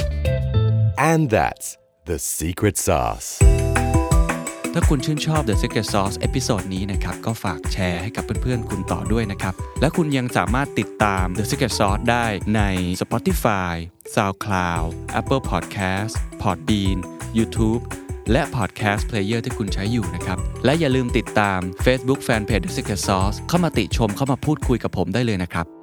S2: And that's the secret sauce
S4: ถ้าคุณชื่นชอบ The Secret Sauce เอพิโซดนี้นะครับก็ฝากแชร์ให้กับเพื่อนๆคุณต่อด้วยนะครับและคุณยังสามารถติดตาม The Secret Sauce ได้ใน Spotify, SoundCloud, Apple Podcast, Podbean, YouTube
S5: และ Podcast Player ที่คุณใช้อยู่นะครับและอย่าลืมติดตาม Facebook Fanpage The Secret Sauce เข้ามาติชมเข้ามาพูดคุยกับผมได้เลยนะครับ